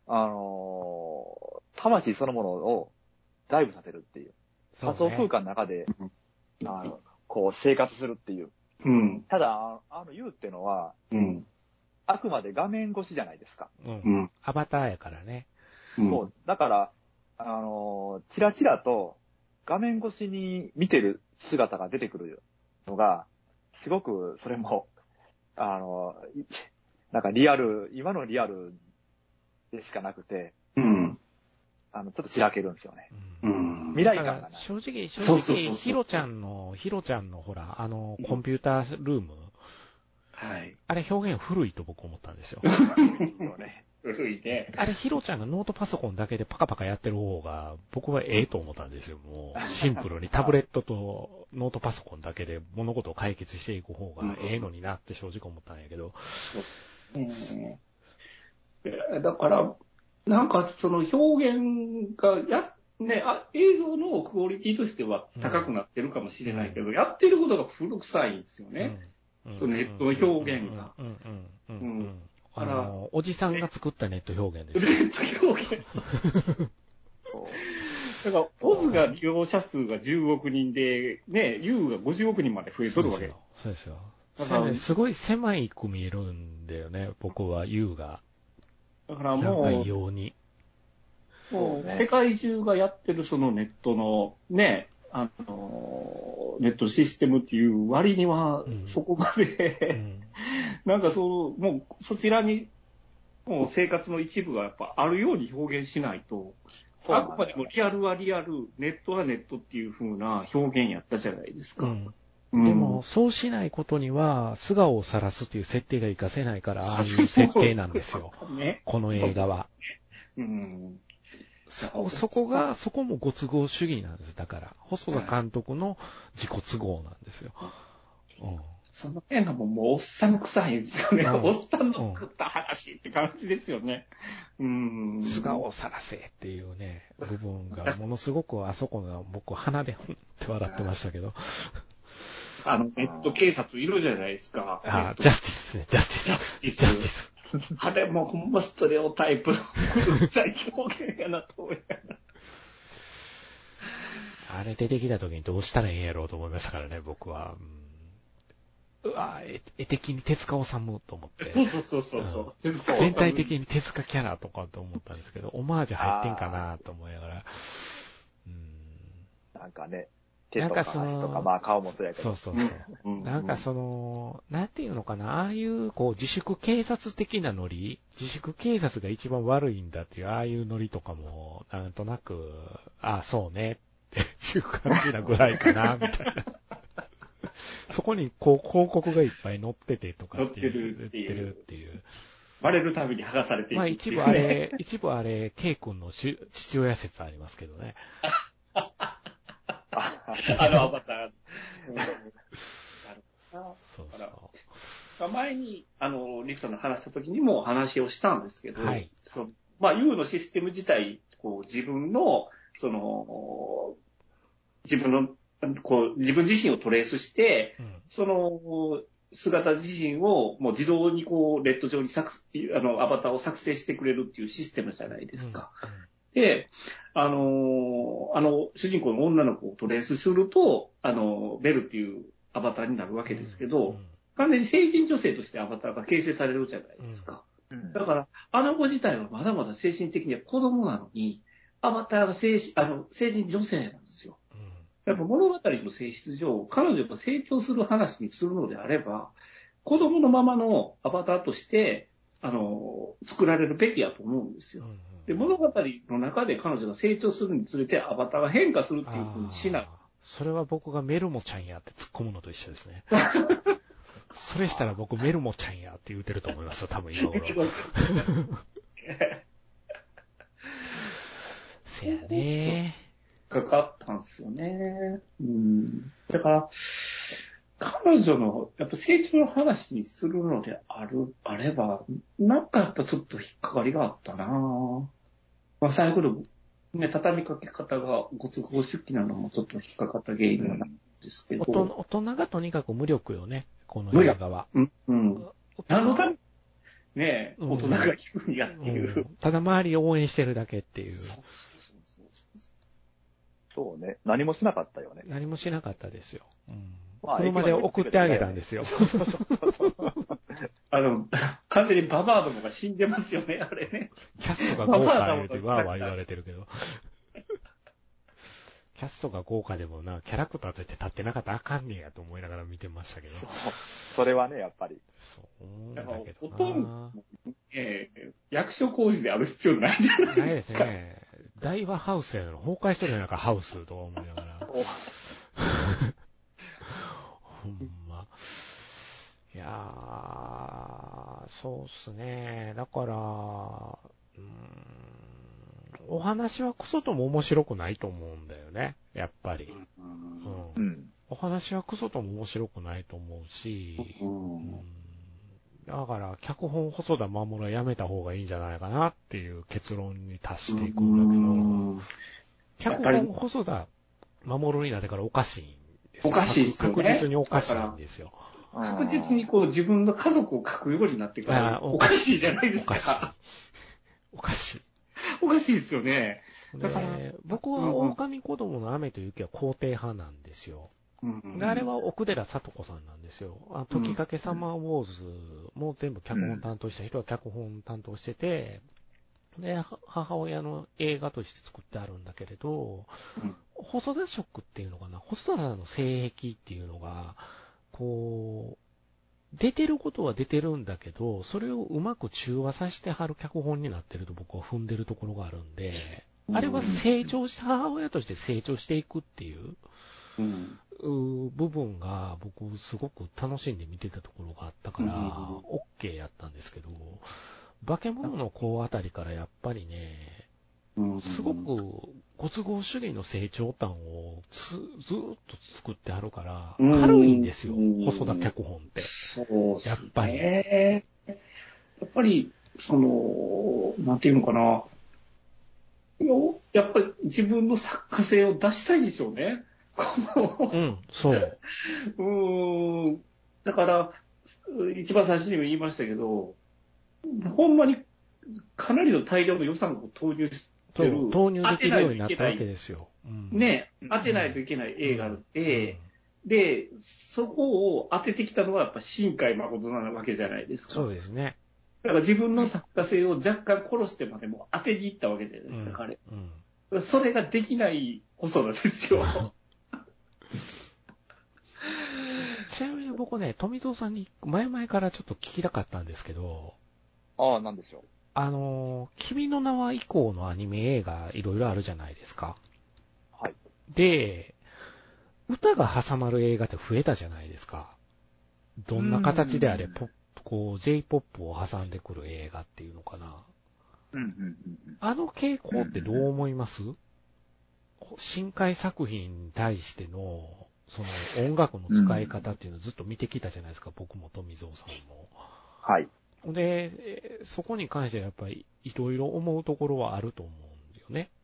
魂そのものをダイブさせるっていう。仮想空間の中で、こう生活するっていう。ただ、U ってのは、あくまで画面越しじゃないですか。 アバターやからね。 そう。だから、チラチラと画面越しに見てる姿が出てくるのが、すごく、それも、なんかリアル、今のリアルでしかなくて、ちょっとしらけるんですよね。未来感がない。 正直、ヒロちゃんのほら、コンピュータールーム。 はい。 あれ表現古いと僕思ったんですよ。 古いね。 あれ、ヒロちゃんがノートパソコンだけでパカパカやってる方が、僕はええと思ったんですよ。もう、シンプルにタブレットとノートパソコンだけで物事を解決していく方がええのになって正直思ったんやけど。 だから、なんかその表現が映像のクオリティとしては高くなってるかもしれないけど、やってることが古臭いんですよね。そのネットの表現が。 おじさんが作ったネット表現ですよ。 ネット表現。だから、オズが利用者数が10億人で、ね、U が50億人まで増えとるわけ。 そうですよ。だから、すごい狭いく見えるんだよね、僕は U が。 だからもう、 用に。 もう世界中がやってるそのネットのね、ネットシステムっていう割には、そこまで、なんかもうそちらに、もう生活の一部がやっぱあるように表現しないと、あくまでもリアルはリアル、ネットはネットっていう風な表現やったじゃないですか。 でも、そうしないことには、素顔を晒すっていう設定が活かせないから、ああいう設定なんですよ。この映画は。そこもご都合主義なんです。だから、細田監督の自己都合なんですよ。 その辺がもうおっさん臭いですよね。おっさんの食った話って感じですよね。 素顔を晒せっていうね、部分がものすごくあそこが僕鼻でふんって笑ってましたけど。 ネット警察いるじゃないですか。 ジャスティスね、ジャスティス。 あれもほんまストレオタイプの最表現やなと思いながら。 あれ出てきた時にどうしたらええんやろうと思いましたからね、僕は。うわ絵的に手塚治虫と思って。 そう。 全体的に手塚キャラとかと思ったんですけど、オマージュ入ってんかなと思いながら。 なんかね、手とか足とか、まあ顔もそうやけど。 そう。なんかなんていうのかな、ああいう自粛警察的なノリ、自粛警察が一番悪いんだっていう、ああいうノリとかも、なんとなく、そうねっていう感じなぐらいかな、みたいな。そこに広告がいっぱい載っててとかって言ってるっていう。 バレるたびに剥がされていく。 まあ一部あれ、K 君の父親説ありますけどね。 アバター。 そう。 前に、リクさんの話した時にも話をしたんですけど、 はい。 U のシステム自体、自分自身をトレースして、姿自身をもう自動にレッド上にアバターを作成してくれるっていうシステムじゃないですか。で、主人公の女の子をトレースすると、ベルっていうアバターになるわけですけど、完全に成人女性としてアバターが形成されるじゃないですか。だから、あの子自体はまだまだ精神的には子供なのに、アバターが成人女性なんですよ。やっぱ物語の性質上、彼女が成長する話にするのであれば、子供のままのアバターとして、作られるべきやと思うんですよ。で、物語の中で彼女が成長するにつれてアバターが変化するっていうふうにしない。 それは僕がメルモちゃんやって突っ込むのと一緒ですね。それしたら僕メルモちゃんやって言うてると思いますよ、多分今頃。せやね。 かかったんですよね。だから、彼女の、やっぱ成長の話にするのであれば、なんかやっぱちょっと引っかかりがあったなぁ。最後のね、畳みかけ方がご都合主義なのもちょっと引っかかった原因なんですけど。 大人がとにかく無力よね、この映画は。 何のためね大人が聞くんやっていう。 ただ周りを応援してるだけっていう。 そうね。何もしなかったよね。 何もしなかったですよ。車で送ってあげたんですよ。 完全にババアどもが死んでますよね、あれね。 キャストが豪華言うてわーわー言われてるけど。キャストが豪華でもな、キャラクターとして立ってなかったらあかんねやと思いながら見てましたけど。 それはね、やっぱり。 そうだけどな。 ほとんど、役所工事である必要ないじゃないですか。 ないですね。大和ハウスやの崩壊してるやなんかハウスとか思いながら。ほんま。いやー、そうっすね。だから、お話はクソとも面白くないと思うんだよね。やっぱり。お話はクソとも面白くないと思うし、だから、脚本細田守はやめた方がいいんじゃないかなっていう結論に達していくんだけど、脚本細田守になってからおかしいんですよ。 おかしいですよね。 確実におかしいんですよ。 確実に自分の家族を描くようになってからおかしいじゃないですか。 おかしい。 おかしいですよね。 だから、僕は狼子供の雨と雪は肯定派なんですよ。で、あれは奥寺聡子さんなんですよ。時かけサマーウォーズも全部脚本担当した人は脚本担当してて、で、母親の映画として作ってあるんだけれど、細田色っていうのかな、細田さんの性癖っていうのが、出てることは出てるんだけど、それをうまく中和させてはる脚本になってると僕は踏んでるところがあるんで、あれは母親として成長していくっていう、部分が僕すごく楽しんで見てたところがあったから、OK やったんですけど、化け物の子あたりからやっぱりね、すごくご都合主義の成長感をずーっと作ってあるから、軽いんですよ、細田脚本って。 そうですね。 やっぱり。 やっぱり、なんていうのかな。やっぱり自分の作家性を出したいでしょうね。 うん、そう。 だから、一番最初にも言いましたけど、ほんまにかなりの大量の予算を投入してる。 投入できるようになったわけですよ。 ね、当てないといけない映画で、で、そこを当ててきたのはやっぱ新海誠なわけじゃないですか。 そうですね。 だから自分の作家性を若干殺してまでも当てに行ったわけじゃないですか、彼。それができない細田ですよ。 ちなみに僕ね、富蔵さんに前々からちょっと聞きたかったんですけど。 ああ、なんでしょう。 君の名は以降のアニメ映画いろいろあるじゃないですか。 はい。 で、歌が挟まる映画って増えたじゃないですか。どんな形であれ、J-POP を挟んでくる映画っていうのかな。あの傾向ってどう思います？深海作品に対しての、その音楽の使い方っていうのをずっと見てきたじゃないですか、僕も富蔵さんも。 はい。 で、そこに関してはやっぱりいろいろ思うところはあると思うんだよね。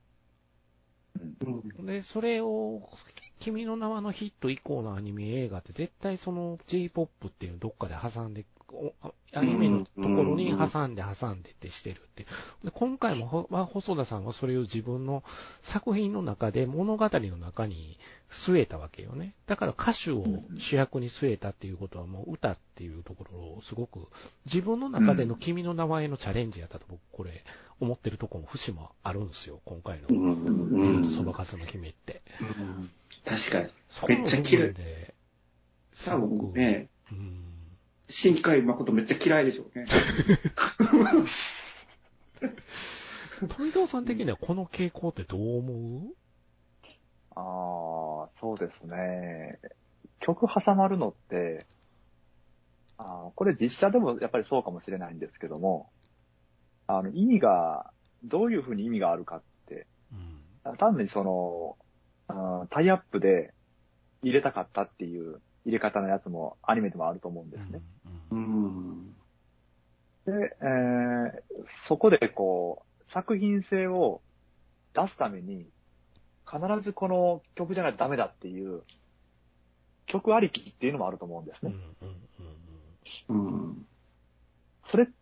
で、それを、君の名はのヒット以降のアニメ映画って絶対その J-POP っていうのをどっかで挟んで、アニメのところに挟んでってしてるって。で今回も細田さんはそれを自分の作品の中で物語の中に据えたわけよね。だから歌手を主役に据えたっていうことはもう歌っていうところをすごく自分の中での君の名前のチャレンジやったと僕これ思ってるところも節もあるんですよ。今回のそばかすの姫って。 確かに。 そこの部分で、 多分ね、新海誠めっちゃ嫌いでしょうね。 富蔵さん的にはこの傾向ってどう思う？ そうですね。曲挟まるのって、これ実写でもやっぱりそうかもしれないんですけども、意味が、どういうふうに意味があるかって、単にその、タイアップで入れたかったっていう入れ方のやつもアニメでもあると思うんですね。で、そこでこう、作品性を出すために、必ずこの曲じゃないとダメだっていう、曲ありきっていうのもあると思うんですね。それって、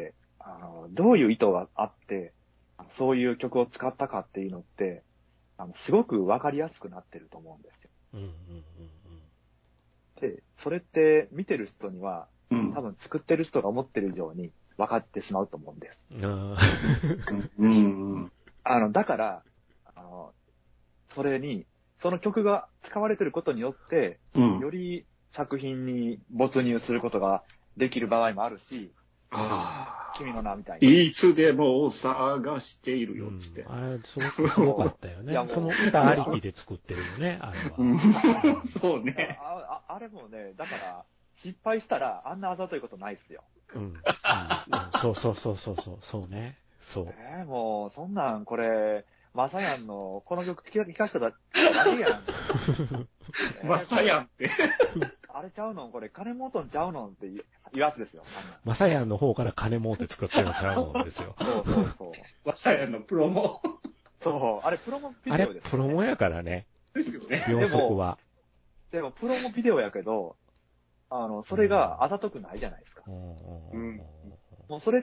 どういう意図があって、そういう曲を使ったかっていうのって、すごくわかりやすくなってると思うんですよ。で、それって見てる人には、多分作ってる人が思ってる以上に分かってしまうと思うんです。だから、それに、その曲が使われてることによって、より作品に没入することができる場合もあるし、君の名みたいに。 いつでも探しているよって。 あれ、すごかったよね。その歌ありきで作ってるよね、あれは。そうね。 あれもね、だから、失敗したらあんなあざといことないっすよ。 そうね。そう。 もう、そんなん、これ、マサヤンの、この曲聴かせたら、ダメやん。 マサヤンって。 あれちゃうのこれ、金持とんちゃうのっていうやつですよ。 マサヤンの方から金持って作ってるのちゃうのですよ。 そう。 マサヤンのプロモ。 そう。あれ、プロモビデオです、ね。 あれ、プロモやからね。 ですよね。 秒速は。 でも、プロモビデオやけど、それがあざとくないじゃないですか。もうそれって、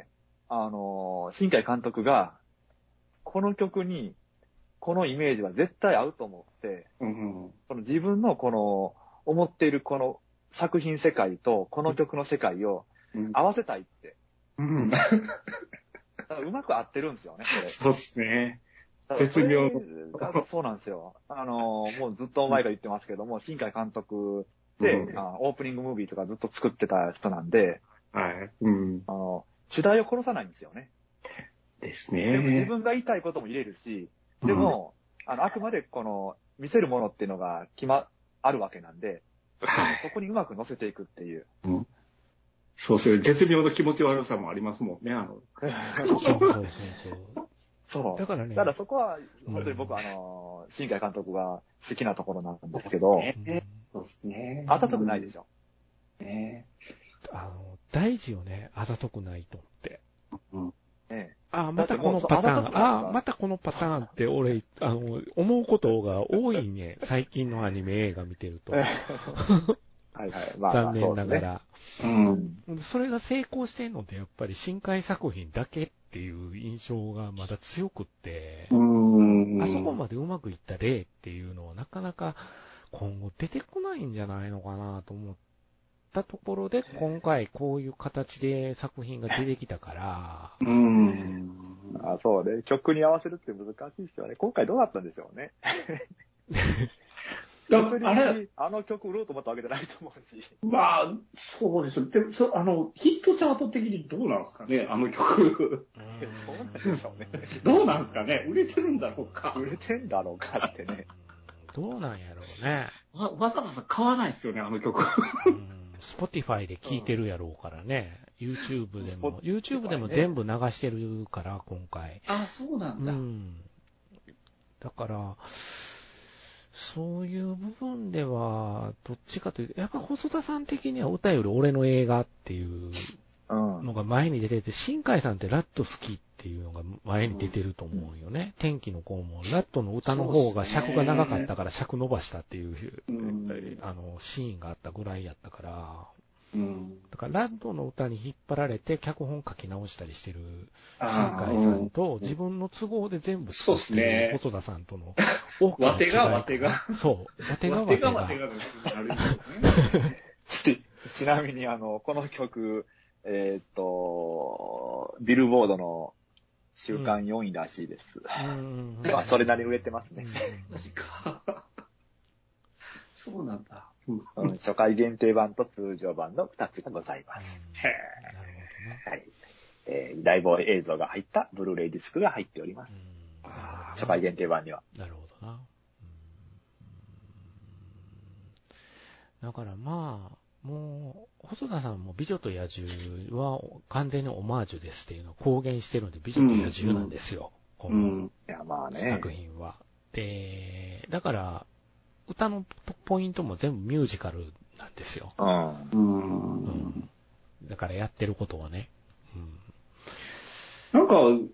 新海監督が、この曲に、このイメージは絶対合うと思って、その自分のこの、思っているこの作品世界と、この曲の世界を合わせたいって。だからうまく合ってるんですよね、これ。 そうですね。絶妙。 そうなんですよ。もうずっと前から言ってますけども、新海監督で、オープニングムービーとかずっと作ってた人なんで、主題を殺さないんですよね。 ですね。 でも自分が言いたいことも入れるし、でも、あくまでこの、見せるものっていうのがあるわけなんで、そこにうまく乗せていくっていう。 そうそう、絶妙な気持ち悪さもありますもんね、 そう。 だからね。 ただそこは、本当に僕新海監督が好きなところなんですけど、 そうですね。 あざとくないでしょ。 ね、 大事よね、あざとくないとって。 またこのパターン、またこのパターンって俺、思うことが多いね。最近のアニメ映画見てると。はいはい。 残念ながら。それが成功してんのってやっぱり深海作品だけっていう印象がまだ強くって、あそこまでうまくいった例っていうのはなかなか今後出てこないんじゃないのかなと思ったところで、今回こういう形で作品が出てきたから。 そうね。曲に合わせるって難しいですよね。今回どうだったんでしょうね。別にあの曲売ろうと思ったわけじゃないと思うし。 まあ、そうですよ。でも、ヒットチャート的にどうなんですかね、あの曲。 どうなんでしょうね。 どうなんですかね、売れてるんだろうか。 売れてんだろうかってね。 どうなんやろうね。 わざわざ買わないですよね、あの曲。 Spotify で聴いてるやろうからね。YouTube でも全部流してるから、今回。 そうなんだ。 だから、そういう部分では、どっちかというと、やっぱ細田さん的には歌より俺の映画っていうのが前に出てて、新海さんってラット好きっていうのが前に出てると思うよね。天気の子もラットの歌の方が尺が長かったから尺伸ばしたっていう、シーンがあったぐらいやったから、だからラッドの歌に引っ張られて脚本書き直したりしてる新海さんと自分の都合で全部作ってる細田さんとの大きな違い。 わてが。 そう。わてが。 ちなみにこの曲、ビルボードの週間4位らしいです。それなりに売れてますね。 マジか。そうなんだ。 初回限定版と通常版の2つがございます。 なるほどね。 はい。ライブ映像が入ったブルーレイディスクが入っております。初回限定版には。 なるほどな。だからまあ、もう、細田さんも美女と野獣は完全にオマージュですっていうのを公言してるんで、美女と野獣なんですよ。この作品は。で、だから、歌のポイントも全部ミュージカルなんですよ。だからやってることはね。 なんか、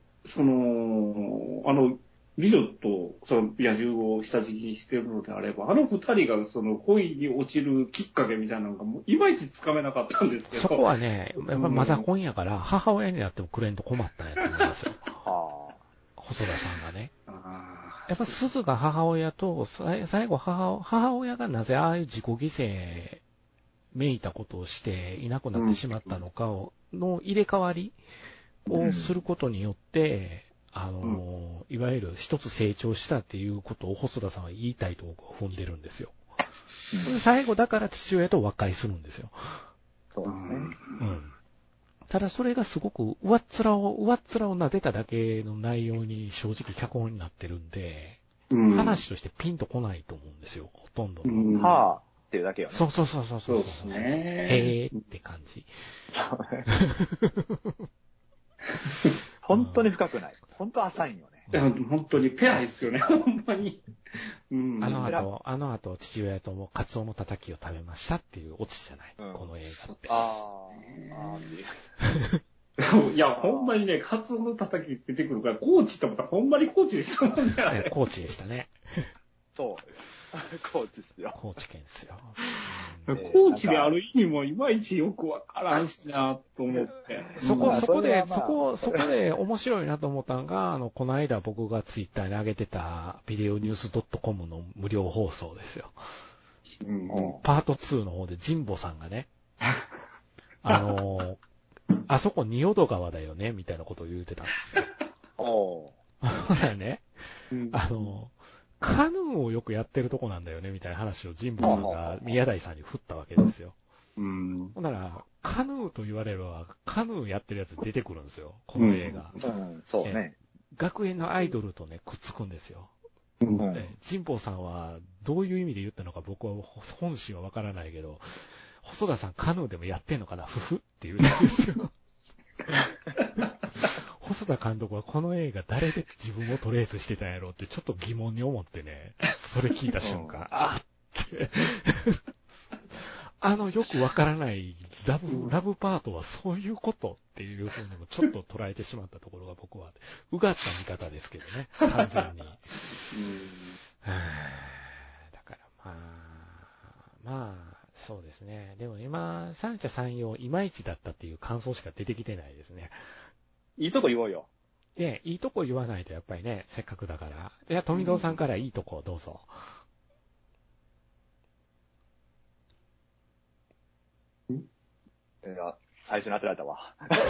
美女と野獣を下敷きにしてるのであれば、二人が恋に落ちるきっかけみたいなのがもういまいちつかめなかったんですけど。 そこはね、やっぱマザコンやから母親になってもくれんと困ったんやと思いますよ。細田さんがね。やっぱ鈴が母親と、最後母親がなぜああいう自己犠牲めいたことをしていなくなってしまったのかの入れ替わりをすることによって、いわゆる一つ成長したっていうことを細田さんは言いたいと踏んでるんですよ。最後だから父親と和解するんですよ。 そうですね。 ただそれがすごく上っ面を撫でただけの内容に正直脚本になってるんで、話としてピンとこないと思うんですよ、ほとんど。 はぁっていうだけよね。 そう。そうですね。 へーって感じ。 本当に深くない。本当浅いんよね。 本当にペアですよね、ほんまに。 あの後、父親ともカツオのたたきを食べましたっていうオチじゃない、この映画って。 いや、ほんまにね、カツオのたたき出てくるから、コーチって思ったらほんまにコーチでしたもんね。 コーチでしたね。 そう。高知ですよ。 高知県ですよ。 高知である意味もいまいちよくわからんしなと思って。 そこで面白いなと思ったのが、この間僕がツイッターに上げてたビデオニュース .com の無料放送ですよ。パート2の方で神保さんがね、あそこ仁淀川だよね、みたいなことを言うてたんですよ。だからね、カヌーをよくやってるとこなんだよね、みたいな話を神保さんが宮台さんに振ったわけですよ。ほんなら、カヌーと言われれば、カヌーやってるやつ出てくるんですよ、この映画。 そうね。 学園のアイドルとね、くっつくんですよ。神保さんはどういう意味で言ったのか僕は本心はわからないけど、細田さんカヌーでもやってんのかな、ふふって言うんですよ。細田監督はこの映画誰で自分をトレースしてたんやろうってちょっと疑問に思ってね、それ聞いた瞬間、 よくわからないラブパートはそういうことっていうふうにもちょっと捉えてしまったところが僕は、うがった見方ですけどね、完全に。だからまあ、そうですね。でも今、三者三様、いまいちだったっていう感想しか出てきてないですね。 いいとこ言おうよ。 で、いいとこ言わないとやっぱりね、せっかくだから。いや、富蔵さんからいいとこどうぞ。 いや、最初に当てられたわ。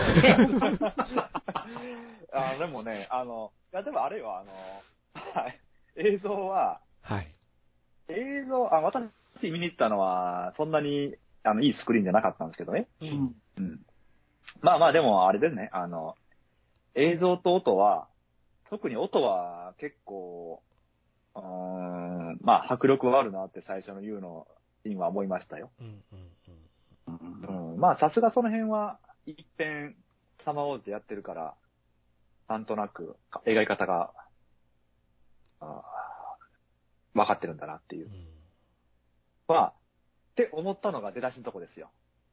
でもね、いや、でもあれよ、はい、映像は、 はい。 私見に行ったのは、そんなに、いいスクリーンじゃなかったんですけどね。 うん。 うん。まあまあ、でもあれですね、映像と音は、特に音は結構、まあ、迫力はあるなって最初の言うのシーンは思いましたよ。まあ、さすがその辺は、一遍、サマーウォーズでやってるから、なんとなく、描き方が、分かってるんだなっていう。まあ、って思ったのが出だしのとこですよ。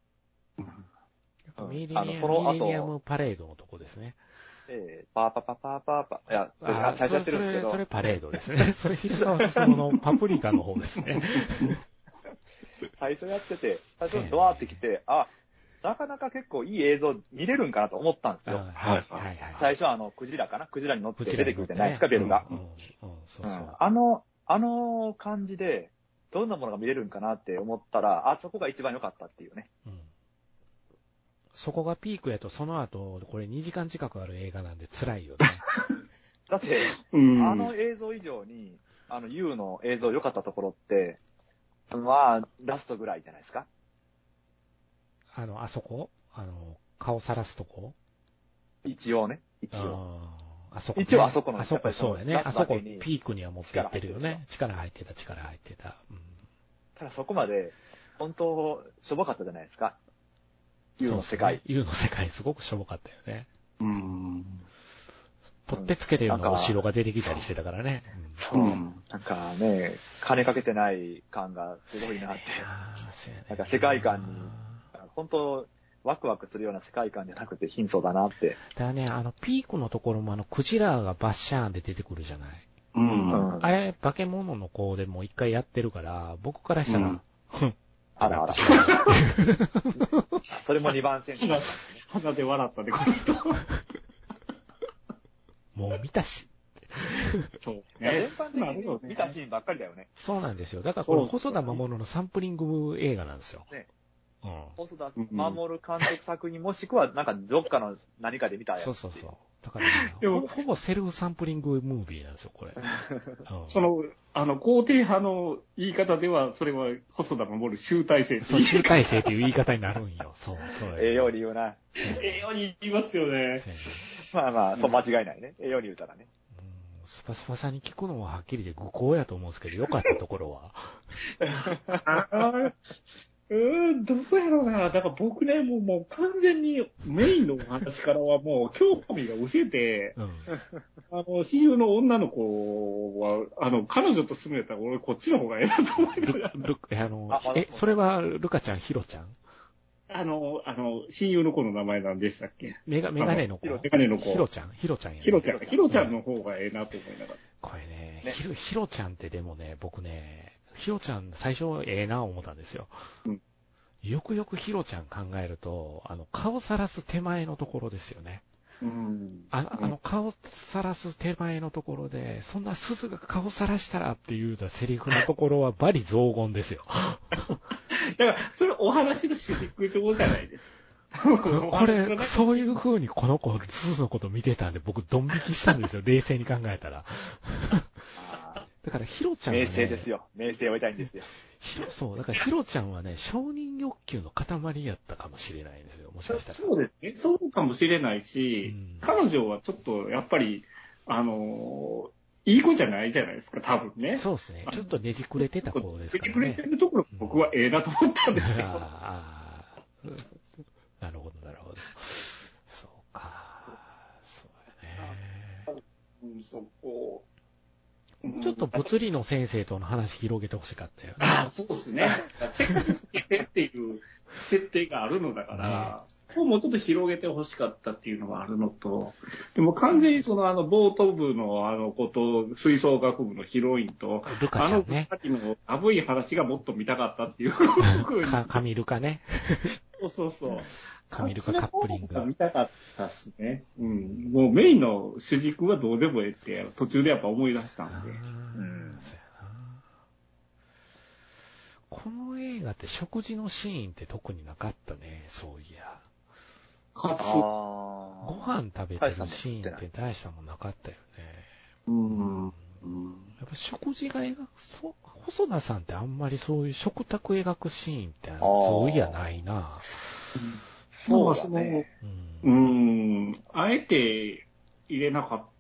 ミレニアムパレードのとこですね。 パーパパパーパーパー。いや、最初やってるんですけど。 それパレードですね。それ広川進のパプリカの方ですね。 最初やってて、最初ドワーってきて、なかなか結構いい映像見れるんかなと思ったんですよ。最初はクジラかな、クジラに乗って出てくるじゃないですか、ベルが。あの感じで、どんなものが見れるんかなって思ったら、そこが一番良かったっていうね。 そこがピークやと、その後、これ2時間近くある映画なんで辛いよね。 だって、映像以上に、ユーの映像良かったところって、まあ、ラストぐらいじゃないですか。 あそこ顔さらすとこ一応ね。一応あそこ、ね。 一応あそこの。 あそこそうやね。あそこピークには持っていってるよね。力入ってた。 ただそこまで、本当、しょぼかったじゃないですか。ユーの世界。 ユーの世界すごくしょぼかったよね。取ってつけるようなお城が出てきたりしてたからね。 なんかね、金かけてない感がすごいなって。なんか世界観に、本当、ワクワクするような世界観じゃなくて貧相だなって。 だね、ピークのところもクジラがバッシャーンで出てくるじゃない。あれ、化け物の子でも一回やってるから、僕からしたら、 あら。それも2番線。 鼻で笑ったで、この人。 もう見たし。 そうね。全般的に見たシーンばっかりだよね。 そうなんですよ。だからこれ、細田守のサンプリング映画なんですよ。 ね。細田守監督作品もしくは、なんかどっかの何かで見たやつ。 そう。だからね、ほぼセルフサンプリングムービーなんですよ、これ。 肯定派の言い方では、それは細田守る集大成そう、集大成っていう言い方になるんよ。そう。 ように言うな。 ように言いますよね。 まあ、そう間違いないね。ように言うたらね。 スパスパさんに聞くのははっきりで愚行やと思うんですけど、良かったところは。 どこやろうな。だから僕ね、もう完全にメインのお話からはもう興味が失せて、親友の女の子は、彼女と住めたら俺こっちの方がええなと思いながら。それはルカちゃん、ヒロちゃん親友の子の名前なんでしたっけ？ メガネの子。ヒロちゃんやね。 ヒロちゃんの方がええなと思いながら。 これね、ヒロちゃんってでもね、僕ね、ヒロちゃん最初ええな思ったんですよ。よくよくヒロちゃん考えると、顔さらす手前のところですよね。顔さらす手前のところで、そんな鈴が顔さらしたらっていうセリフのところはバリ雑言ですよ。 だから、それお話の主軸上じゃないですか。 これ、そういう風にこの子、鈴のこと見てたんで、僕、ドン引きしたんですよ、冷静に考えたら。だから、ヒロちゃんはね。 名声ですよ。名声を得たいんですよ。 そう、だからヒロちゃんはね、承認欲求の塊やったかもしれないんですよ、もしかしたら。 そうですね。そうかもしれないし、彼女はちょっと、やっぱり、いい子じゃないじゃないですか、多分ね。 そうですね。ちょっとねじくれてた子ですからね。 ねじくれてるところ、僕はええなと思ったんですよ。 なるほど。そうか。そうやね。 そこ。 ちょっと物理の先生との話広げてほしかったよね。 ああ、そうですね。せっかくっていう設定があるのだから、そこをもうちょっと広げてほしかったっていうのがあるのと、でも完全にボート部の吹奏楽部のヒロインと、 ルカちゃんね。 さっきの寒い話がもっと見たかったっていう。 カミルカね。 そう。 カミルカカップリング。 見たかったっすね。うん。もうメインの主軸はどうでもええって、途中でやっぱ思い出したんで。そうやな。 この映画って食事のシーンって特になかったね、そういや。ご飯食べてるシーンって大したもんなかったよね。やっぱ食事が細田さんってあんまりそういう食卓描くシーンってそういやないな。 そうだね。あえて入れなかった。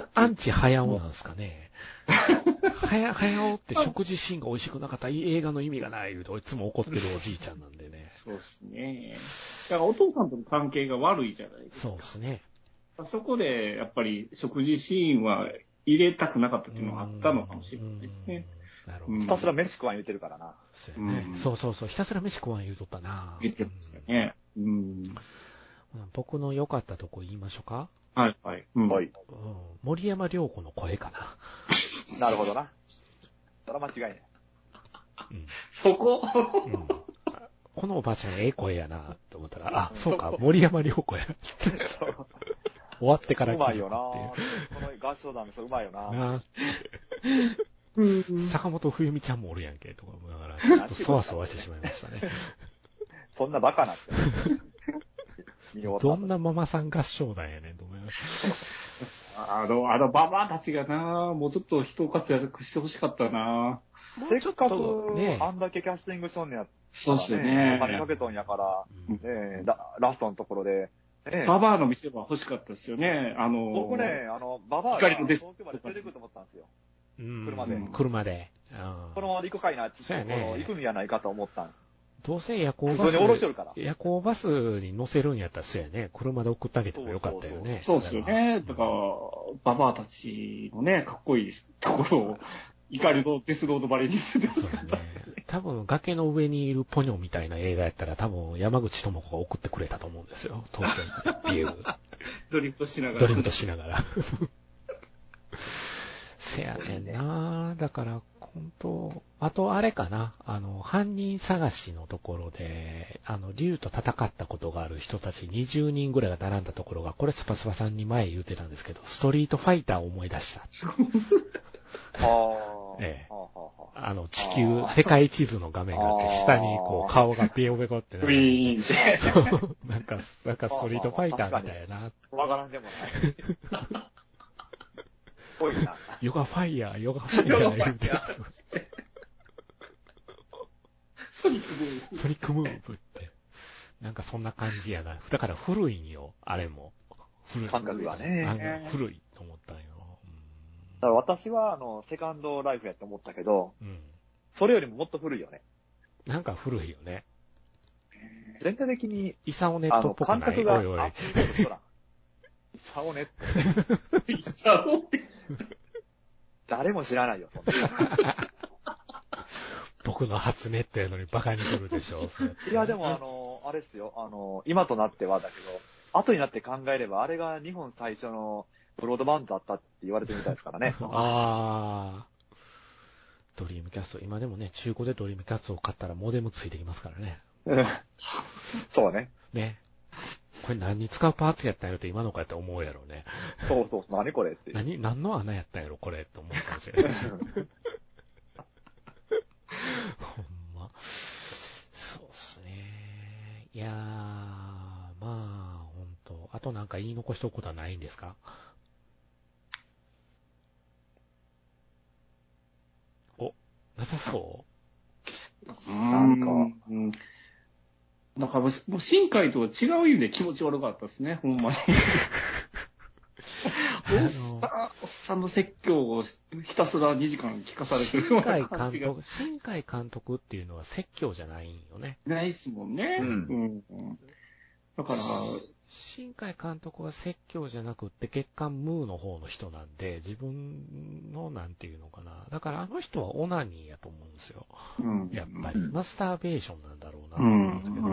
アンチ早尾なんですかね。早尾って食事シーンが美味しくなかったら映画の意味がない言うといつも怒ってるおじいちゃんなんでね。 そうですね。だからお父さんとの関係が悪いじゃないですか。 そうですね。 そこでやっぱり食事シーンは入れたくなかったっていうのがあったのかもしれないですね。 なるほど。ひたすら飯食わん言うてるからな。 そう、ひたすら飯食わん言うとったな。 言ってましたね。 僕の良かったとこ言いましょうか。 はい。 森山良子の声かな。 なるほどな。それは間違いない。 そこ、 このおばあちゃんええ声やなって思ったら、そうか、森山良子や。終わってから気づくっていう。うまいよな。この合唱団の人うまいよな。 坂本冬美ちゃんもおるやんけ、とか思いながら、ちょっとそわそわしてしまいましたね。 そんなバカなって。 どんなママさん合唱団やねんと思いました。ババアたちがな、もうちょっと人活躍してほしかったな。 せっかく、あんだけキャスティングしとんねやったらね。そうですね。お金かけとんやから、ラストのところで。 ババアの店は欲しかったですよね。 僕ね、ババアが東京まで連れてくると思ったんですよ。車で。このままで行くかいなって、行くんやないかと思ったん。 どうせ夜行バスに乗せるんやったらそうやね。車で送ってあげてもよかったよね。 そうですよね。だから、ババアたちのね、かっこいいところを、怒りのデスロードバレーにする。そうね。 多分、崖の上にいるポニョみたいな映画やったら多分、山口智子が送ってくれたと思うんですよ。東京までっていう。 ドリフトしながら。 せやねんな。だから、本当あとあれかな。犯人探しのところで、竜と戦ったことがある人たち20人ぐらいが並んだところが、これスパスパさんに前言うてたんですけど、ストリートファイターを思い出した。地球、世界地図の画面があって、下にこう顔がピヨペコってなる。なんかストリートファイターみたいな。 わからんでもない。 ヨガファイヤー言うてやつ。 ソニックムーブって。なんかそんな感じやな。だから古いんよ、あれも。 感覚がね。 古いと思ったんよ。 だから私はセカンドライフやと思ったけど、それよりももっと古いよね。 なんか古いよね。 全体的に、 イサオネットっぽくない？ 感覚が、おいおい。イサオネット。 イサオネット。 誰も知らないよ、そんな。 僕の初ネットやのにバカにするでしょ。 いや、でもあれっすよ。今となってはだけど、後になって考えれば、あれが日本最初のブロードバンドだったって言われてみたいですからね。 ドリームキャスト。今でもね、中古でドリームキャストを買ったらモデムついてきますからね。 そうね。 ね。これ何に使うパーツやったんやろって今の子やって思うやろね。 そう、何これって。 何の穴やったんやろこれって思うかもしれない。ほんま。そうっすね。いやー、まあ、ほんと。あとなんか言い残しておくことはないんですか？なさそう？ なんかもう新海とは違う意味で気持ち悪かったですね、ほんまに。おっさんの説教をひたすら2時間聞かされてるような感じが。 新海監督っていうのは説教じゃないんよね。 ないっすもんね。だから、 新海監督は説教じゃなくって月刊ムーの方の人なんで、自分のなんていうのかな。だからあの人はオナニーやと思うんですよ。うん、やっぱり。マスターベーションなんだろうなと思うんですけど、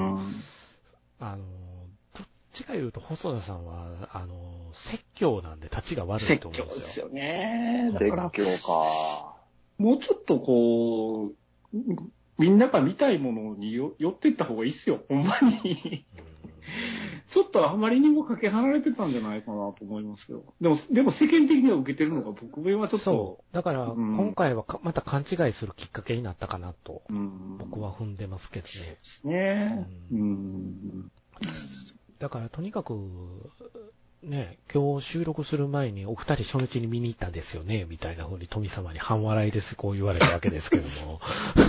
どっちか言うと細田さんは、説教なんで立ちが悪いと思うんですよ。 説教ですよね。だから、 説教か。 もうちょっとこう、みんなが見たいものに寄っていった方がいいっすよ、ほんまに。ちょっとあまりにもかけ離れてたんじゃないかなと思いますけど。でも世間的には受けてるのが僕はちょっと。 そう。だから、今回はまた勘違いするきっかけになったかなと、僕は踏んでますけどね。だから、とにかく、ね、今日収録する前にお二人初日に見に行ったんですよね、みたいな風に富様に半笑いですこう言われたわけですけども。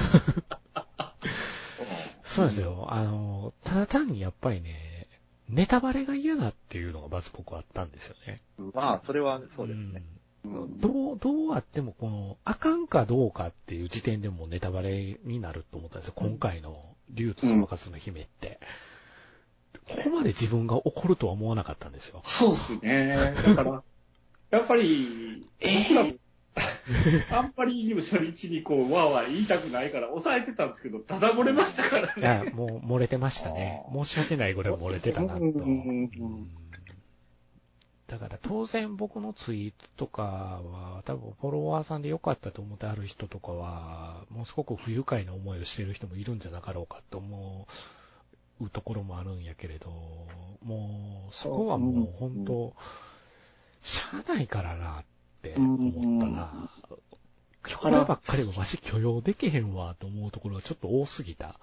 そうですよ。ただ単にやっぱりね、ネタバレが嫌だっていうのがまず僕はあったんですよね。 まあ、それはそうですね。 どうあってもあかんかどうかっていう時点でもネタバレになると思ったんですよ。今回の竜とそばかすの姫って。ここまで自分が怒るとは思わなかったんですよ。 そうですね。だから、やっぱり、僕らも、あんまりにも初日にわーわー言いたくないから抑えてたんですけど、ただ漏れましたからね。 いや、もう漏れてましたね。申し訳ないぐらい漏れてたなと。だから当然僕のツイートとかは、多分フォロワーさんで良かったと思ってある人とかは、もうすごく不愉快な思いをしている人もいるんじゃなかろうかと思うところもあるんやけれど、もう、そこはもう本当、しゃあないからなって思ったな。こればっかりはわし許容できへんわと思うところがちょっと多すぎた。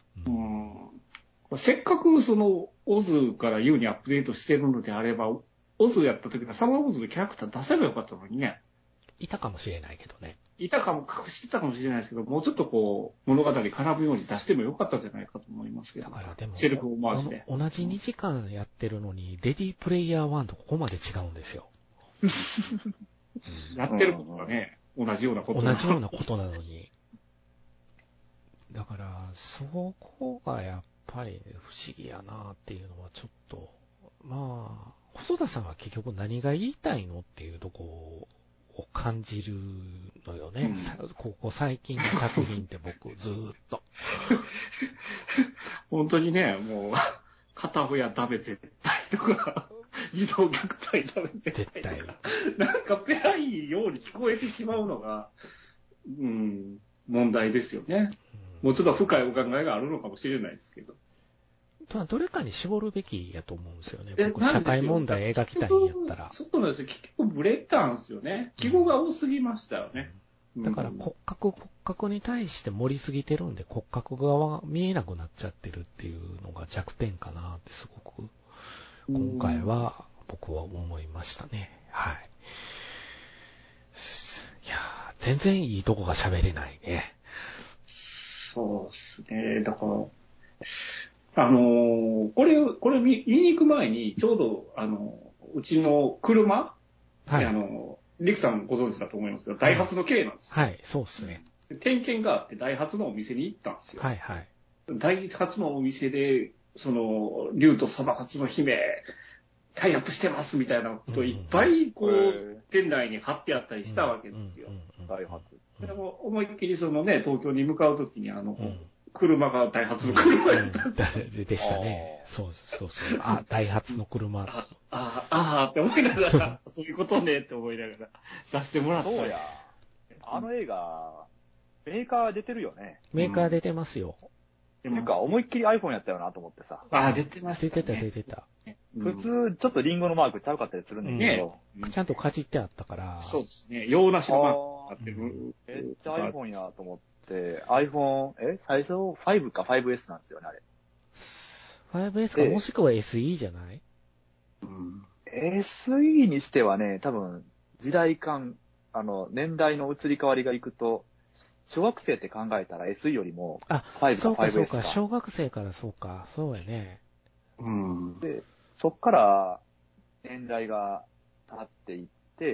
せっかくオズから U にアップデートしてるのであれば、オズやった時のサマーオズのキャラクター出せばよかったのにね。 いたかもしれないけどね。 隠してたかもしれないですけど、もうちょっと物語絡むように出してもよかったんじゃないかと思いますけど。 だからでも、 セルフオマージで。 同じ2時間やってるのに、レディープレイヤー1とここまで違うんですよ。 やってることがね、同じようなことなのに。だから、そこがやっぱり不思議やなっていうのはちょっと、まあ、細田さんは結局何が言いたいのっていうとこを感じるのよね。ここ最近の作品って僕ずーっと。 本当にね、もう、片親ダメ絶対とか、児童虐待ダメ絶対とか、なんかペラいように聞こえてしまうのが、問題ですよね。もうちょっと深いお考えがあるのかもしれないですけど。 どれかに絞るべきやと思うんですよね。僕、社会問題描きたいんやったら。 そうなんですよ。結局ブレたんですよね。記号が多すぎましたよね。 だから骨格に対して盛りすぎてるんで、骨格が見えなくなっちゃってるっていうのが弱点かなってすごく、今回は僕は思いましたね。はい。いやー、全然いいとこが喋れないね。 そうですね。だから、これ見に行く前に、ちょうど、うちの車、はい、リクさんご存知だと思いますけど、ダイハツの K なんですよ。 はい、そうですね。 点検があって、ダイハツのお店に行ったんですよ。 はい、はい。 ダイハツのお店で、竜とそばかすの姫、タイアップしてますみたいなことをいっぱい、店内に貼ってあったりしたわけですよ。 ダイハツ。 でも、思いっきり東京に向かうときに、車がダイハツの車やったでしたね。そう。あ、ダイハツの車。 って思いながら、そういうことねって思いながら出してもらった。 そうや。あの映画、メーカー出てるよね。 メーカー出てますよ。 なんか思いっきり iPhone やったよなと思ってさ。 出てましたね。 出てた。 普通、ちょっとリンゴのマークちゃうかったりするんだけど。 ちゃんとかじってあったから。 そうですね。洋梨のマークあってる。 めっちゃ iPhone やと思って、iPhone、最初5か 5S なんですよね、あれ。 5S かもしくは SE じゃない？ SE にしてはね、多分、時代感、年代の移り変わりがいくと、小学生って考えたら SE よりも5か 5S か。 そうか、小学生からそうやね。 で、そっから年代が経っていって、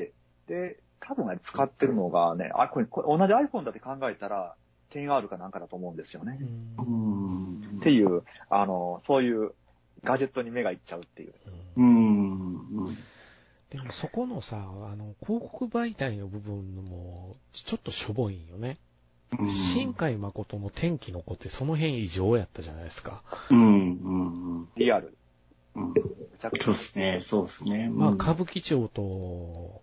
で、多分ね、使ってるのがね、これ同じ iPhone だって考えたら、10R かなんかだと思うんですよね。っていう、そういうガジェットに目がいっちゃうっていう。 でもそこのさ、広告媒体の部分も、ちょっとしょぼいんよね。新海誠の天気の子ってその辺異常やったじゃないですか。 リアル。 そうですね、そうですね。 まあ、歌舞伎町と、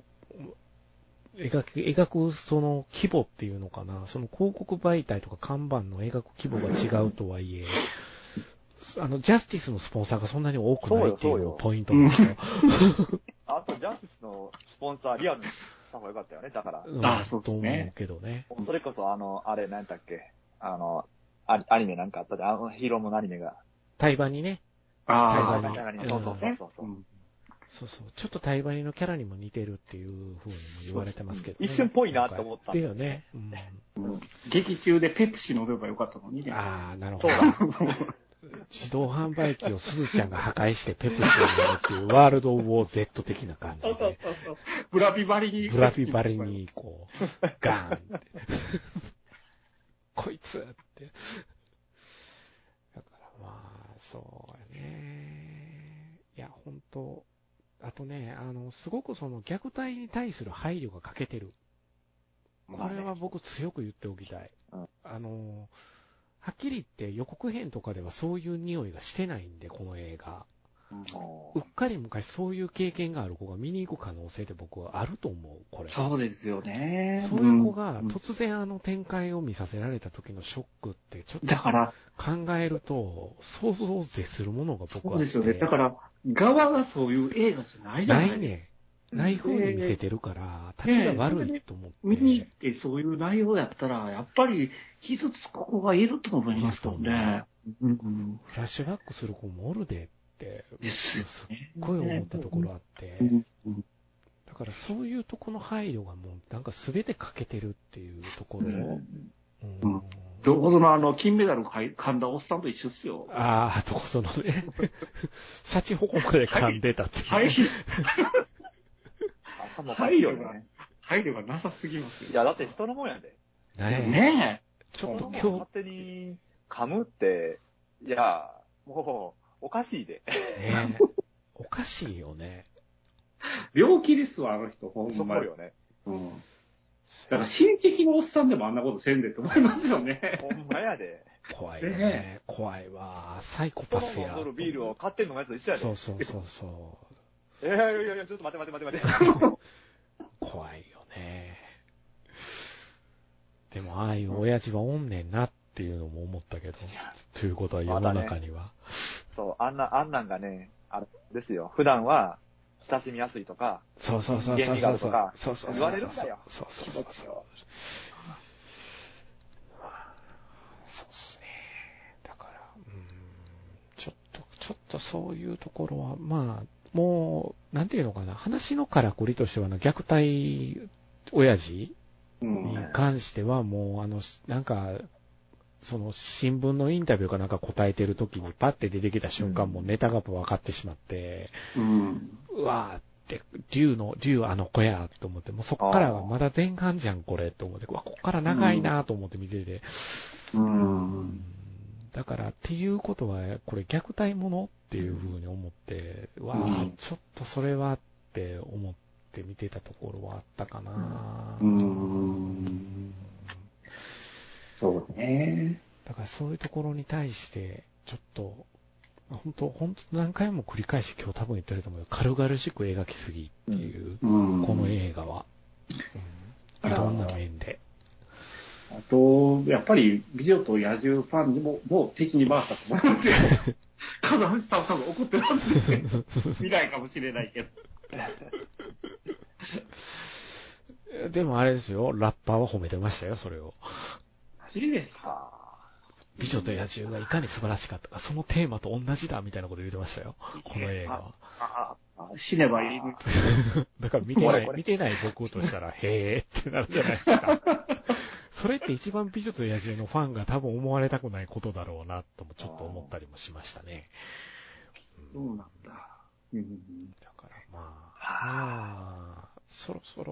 描くその規模っていうのかな、その広告媒体とか看板の描く規模が違うとはいえ、ジャスティスのスポンサーがそんなに多くないっていうのがポイントなんですよ。 あと、ジャスティスのスポンサー、リアルにした方がよかったよね、だから。 そうですね。と思うけどね。 それこそ、あれ、何だっけ、アニメなんかあったで、ヒーローものアニメが。 対バニね。 対バニ。そう。 そう。ちょっとタイバニのキャラにも似てるっていう風にも言われてますけど、 ね。一瞬っぽいなって思ったんだよね。 劇中でペプシ飲めばよかったのにね。 なるほど。自動販売機をすずちゃんが破壊してペプシを飲むっていうワールドウォー Z 的な感じで。 そう。ブラピバリに、こう、ガーンって。こいつって。だからまあ、そうやね。いや、ほんと。あとね、すごくその虐待に対する配慮が欠けてる。これは僕強く言っておきたい。はっきり言って予告編とかではそういう匂いがしてないんで、この映画。うっかり昔そういう経験がある子が見に行く可能性って僕はあると思う、これ。 そうですよね。 そういう子が突然展開を見させられた時のショックってちょっと考えると想像を絶するものが僕はあって。 そうですよね。だから側がそういう映画じゃないじゃないですか。 ないね。ない風に見せてるから、立ちが悪いと思って。 見に行ってそういう内容やったら、やっぱり傷つく子がいると思いますもんね。 フラッシュバックする子もおるでって、すっごい思ったところあって。だからそういうとこの配慮がもうなんか全て欠けてるっていうところ。 どこぞの金メダル噛んだおっさんと一緒っすよ。 どこそのね。シャチホコまで噛んでたって。 配慮がなさすぎますよ。 いや、だって人のもんやで。 ねえ。 ちょっと今日。 勝手に噛むって、いや、もう、おかしいで。 ねおかしいよね。 病気ですわ、あの人、ほんまに。 そうよね。 だから親戚のおっさんでもあんなことせんでって思いますよね。 ほんまやで。 怖いよね。怖いわ。サイコパスや。 人の飲んどるビールを買ってんのがやつと一緒やで。 そう。 いや、ちょっと待って。 怖いよね。でも、ああいう親父はおんねんなっていうのも思ったけど、ということは世の中には。 そう、あんなんがね、あれですよ。普段は、親しみやすいとか、 そう。 原理があるとか、 そう。 言われるんだよ。 そう。そうっすね。だから、ちょっとそういうところは、まあ、もう、なんていうのかな、話のからくりとしては虐待親父に関してはもう、なんか、その新聞のインタビューかなんか答えてる時にパッて出てきた瞬間もネタが分かってしまって、うわーって、竜あの子やと思って、もうそっからはまだ前半じゃんこれと思って、こっから長いなと思って見てて、だからっていうことは、これ虐待ものっていう風に思って、ちょっとそれはって思って見てたところはあったかな。 そうね。 だからそういうところに対して、ちょっと、本当何回も繰り返し今日多分言ってると思うよ。軽々しく描きすぎっていう、この映画は。いろんな面で。 あと、やっぱり、美女と野獣ファンにも、もう敵に回ったと思いますよ。風橋さんは多分怒ってますね。未来かもしれないけど。 でもあれですよ、ラッパーは褒めてましたよ、それを。 マジですか。 美女と野獣がいかに素晴らしかったか、そのテーマと同じだ、みたいなこと言ってましたよ、この映画は。 死ねばいい。 だから見てない僕としたら、へーってなるじゃないですか。それって一番美女と野獣のファンが多分思われたくないことだろうな、ともちょっと思ったりもしましたね。 そうなんだ。 だからまあ、そろそ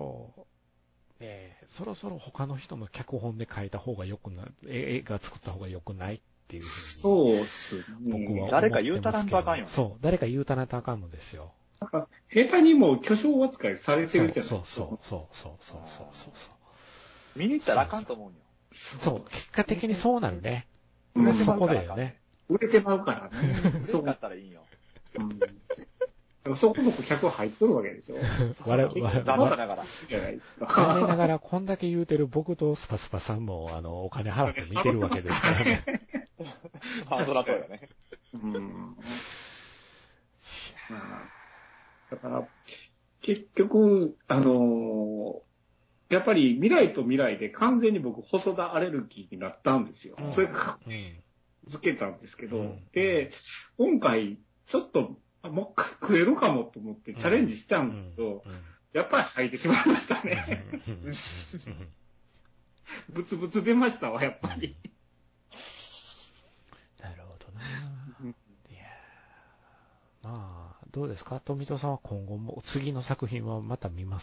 ろ他の人の脚本で書いた方が良くない、映画作った方が良くないっっていうふうに。 そうっすね。 僕は思ってますけど。 誰か言うたらんとあかんよね。 そう、誰か言うたらんとあかんのですよ。 なんか、下手にも巨匠扱いされてるじゃないですか。 そう。 見に行ったらあかんと思うんよ。 そう、結果的にそうなるね。そこだよね。 売れてまうからね。 そうだったらいいよ。 そこそこ客入っとるわけでしょ。 残念ながら。 残念ながら、こんだけ言うてる僕とスパスパさんも、お金払って見てるわけですからね。 そらそうよね。 だから、結局、やっぱり未来と未来で完全に僕、細田アレルギーになったんですよ。それから、付けたんですけど、で、今回、ちょっと、もう一回食えるかもと思ってチャレンジしたんですけど、やっぱり吐いてしまいましたね。ブツブツ出ましたわ、やっぱり。 なるほどな。いやまあ、どうですか富戸さんは今後も、次の作品はまた見ます？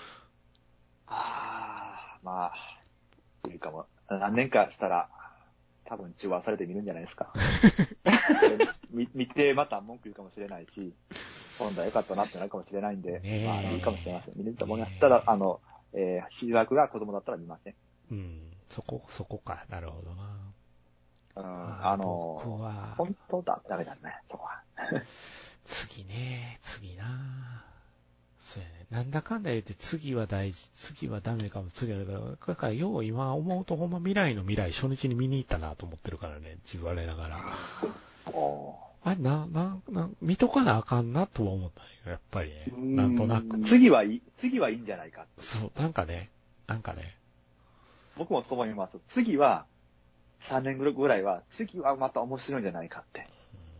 まあ、いいかも。何年かしたら、多分中和されて見るんじゃないですか。見てまた文句言うかもしれないし、今度は良かったなってなるかもしれないんで、まあいいかもしれません。見れると思います。ただ、主役が子供だったら見ません。 そこか。なるほどな。 僕は本当だ、ダメだね、そこは。 次な。そうやね。なんだかんだ言って次は大事、次はダメかも、次はだから、よう今思うとほんま未来の未来初日に見に行ったなと思ってるからね、自分我ながら。見とかなあかんなとは思ったよ、やっぱりね。なんとなく。 次はいいんじゃないか。 そう、なんかね。 僕もそう思います。次は、3年ぐらいは、次はまた面白いんじゃないかって。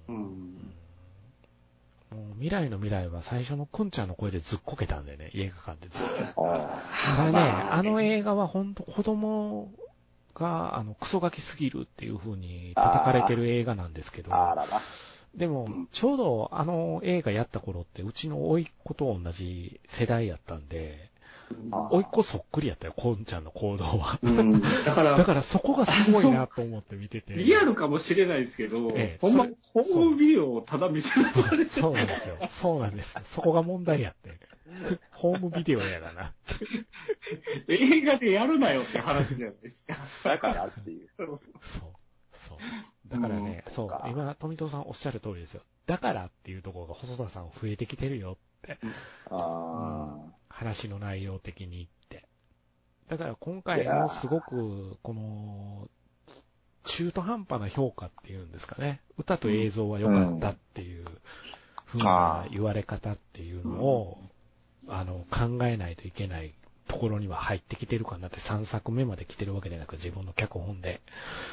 もう未来の未来は最初のくんちゃんの声でずっこけたんでね、映画館でずっと。ただね、あの映画は本当子供がクソガキすぎるっていう風に叩かれてる映画なんですけど、でもちょうどあの映画やった頃ってうちの甥っ子と同じ世代やったんで、甥っ子そっくりやったよ、こんちゃんの行動は。だからそこがすごいなと思って見てて。 リアルかもしれないですけど、ほんま、ホームビデオをただ見せられてそうなんですよ。そうなんです。そこが問題やって。ホームビデオやがな。 映画でやるなよって話じゃないですか。 だからっていう。 そう。だからね、今、富藤さんおっしゃる通りですよ。だからっていうところが細田さん増えてきてるよって。話の内容的に言って。だから今回もすごく、この、中途半端な評価っていうんですかね。歌と映像は良かったっていう風な言われ方っていうのを、考えないといけないところには入ってきてるかなって3作目まで来てるわけじゃなく自分の脚本で。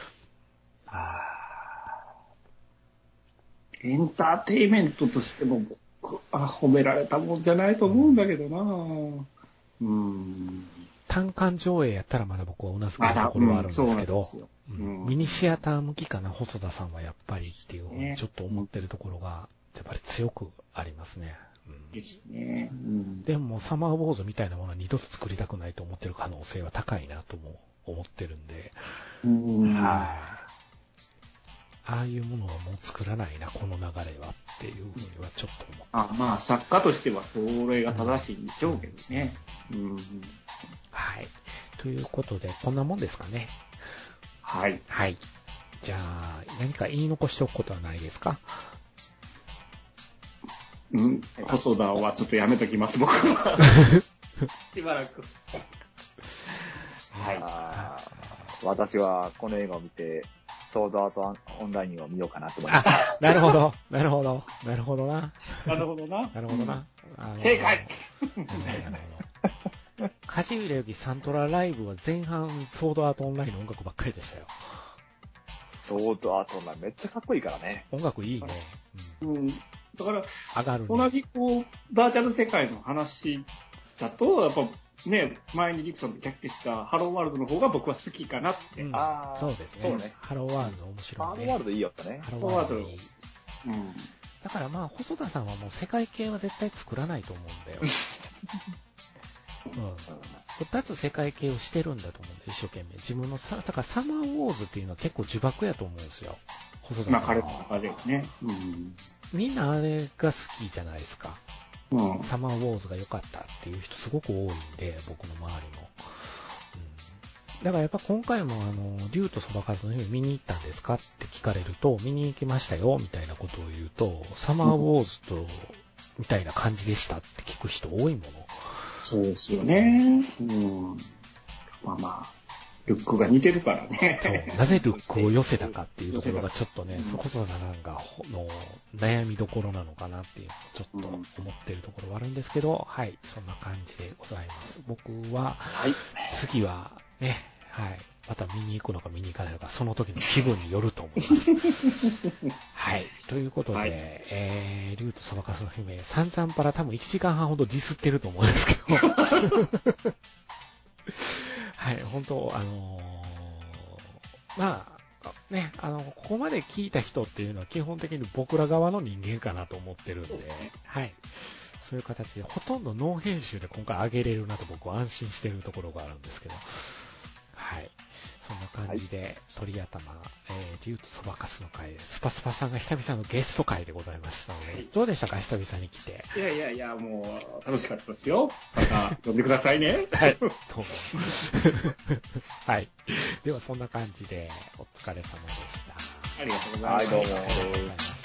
エンターテイメントとしても褒められたもんじゃないと思うんだけどな。 単館上映やったらまだ僕はうなずけるところはあるんですけど、ミニシアター向きかな、細田さんはやっぱりっていうふうにちょっと思ってるところが、やっぱり強くありますね。 ですね。 でも、サマーウォーズみたいなものは二度と作りたくないと思ってる可能性は高いなとも思ってるんで、ああいうものはもう作らないな、この流れはっていうふうにはちょっと思ってます。 まあ、作家としてはそれが正しいんでしょうけどね。 はい。ということで、こんなもんですかね。 はい。 はい。じゃあ、何か言い残しておくことはないですか？ 細田はちょっとやめときます、僕は。しばらく。 はい。私はこの映画を見て、ソードアートオンラインを見ようかなと思います。 なるほどな。 正解梶浦由紀サントラライブは前半ソードアートオンラインの音楽ばっかりでしたよ。 ソードアートオンラインめっちゃかっこいいからね。 音楽いいね。 だから、 上がるね。 同じバーチャル世界の話だと、やっぱね、前にリクさんと逆転したハローワールドの方が僕は好きかなって。 そうですね。ハローワールド面白いね。 ハローワールドいいよね。 ハローワールドいい。だから細田さんはもう世界系は絶対作らないと思うんだよ。 脱世界系をしてるんだと思うんです、一生懸命。自分のだからサマーウォーズっていうのは結構呪縛やと思うんですよ。細田さんは。 彼の中でね。 みんなあれが好きじゃないですか。サマーウォーズが良かったっていう人すごく多いんで、僕の周りの。だからやっぱ今回も竜とそばかすの日見に行ったんですかって聞かれると、見に行きましたよみたいなことを言うと、サマーウォーズとみたいな感じでしたって聞く人多いもの。 そうですよね。まあ、ルックが似てるからね。 そう。なぜルックを寄せたかっていうところがちょっとね、細田さんがの悩みどころなのかなっていうちょっと思ってるところはあるんですけど、はい、そんな感じでございます。僕は、次はね、はい、また見に行くのか見に行かないのか、その時の気分によると思います。はい。ということで、竜とそばかすの姫、散々パラ多分1時間半ほどディスってると思うんですけど、はい、本当、ここまで聞いた人っていうのは基本的に僕ら側の人間かなと思ってるんで、はい。そういう形で、ほとんどノー編集で今回上げれるなと僕は安心してるところがあるんですけど、はい。そんな感じで、鳥頭、竜とそばかすの会で、スパスパさんが久々のゲスト会でございましたので、どうでしたか、久々に来て。 いや、もう、楽しかったですよ。また、呼んでくださいね。 はい。どうも。はい。では、そんな感じで、お疲れ様でした。 ありがとうございます。 はい、どうも。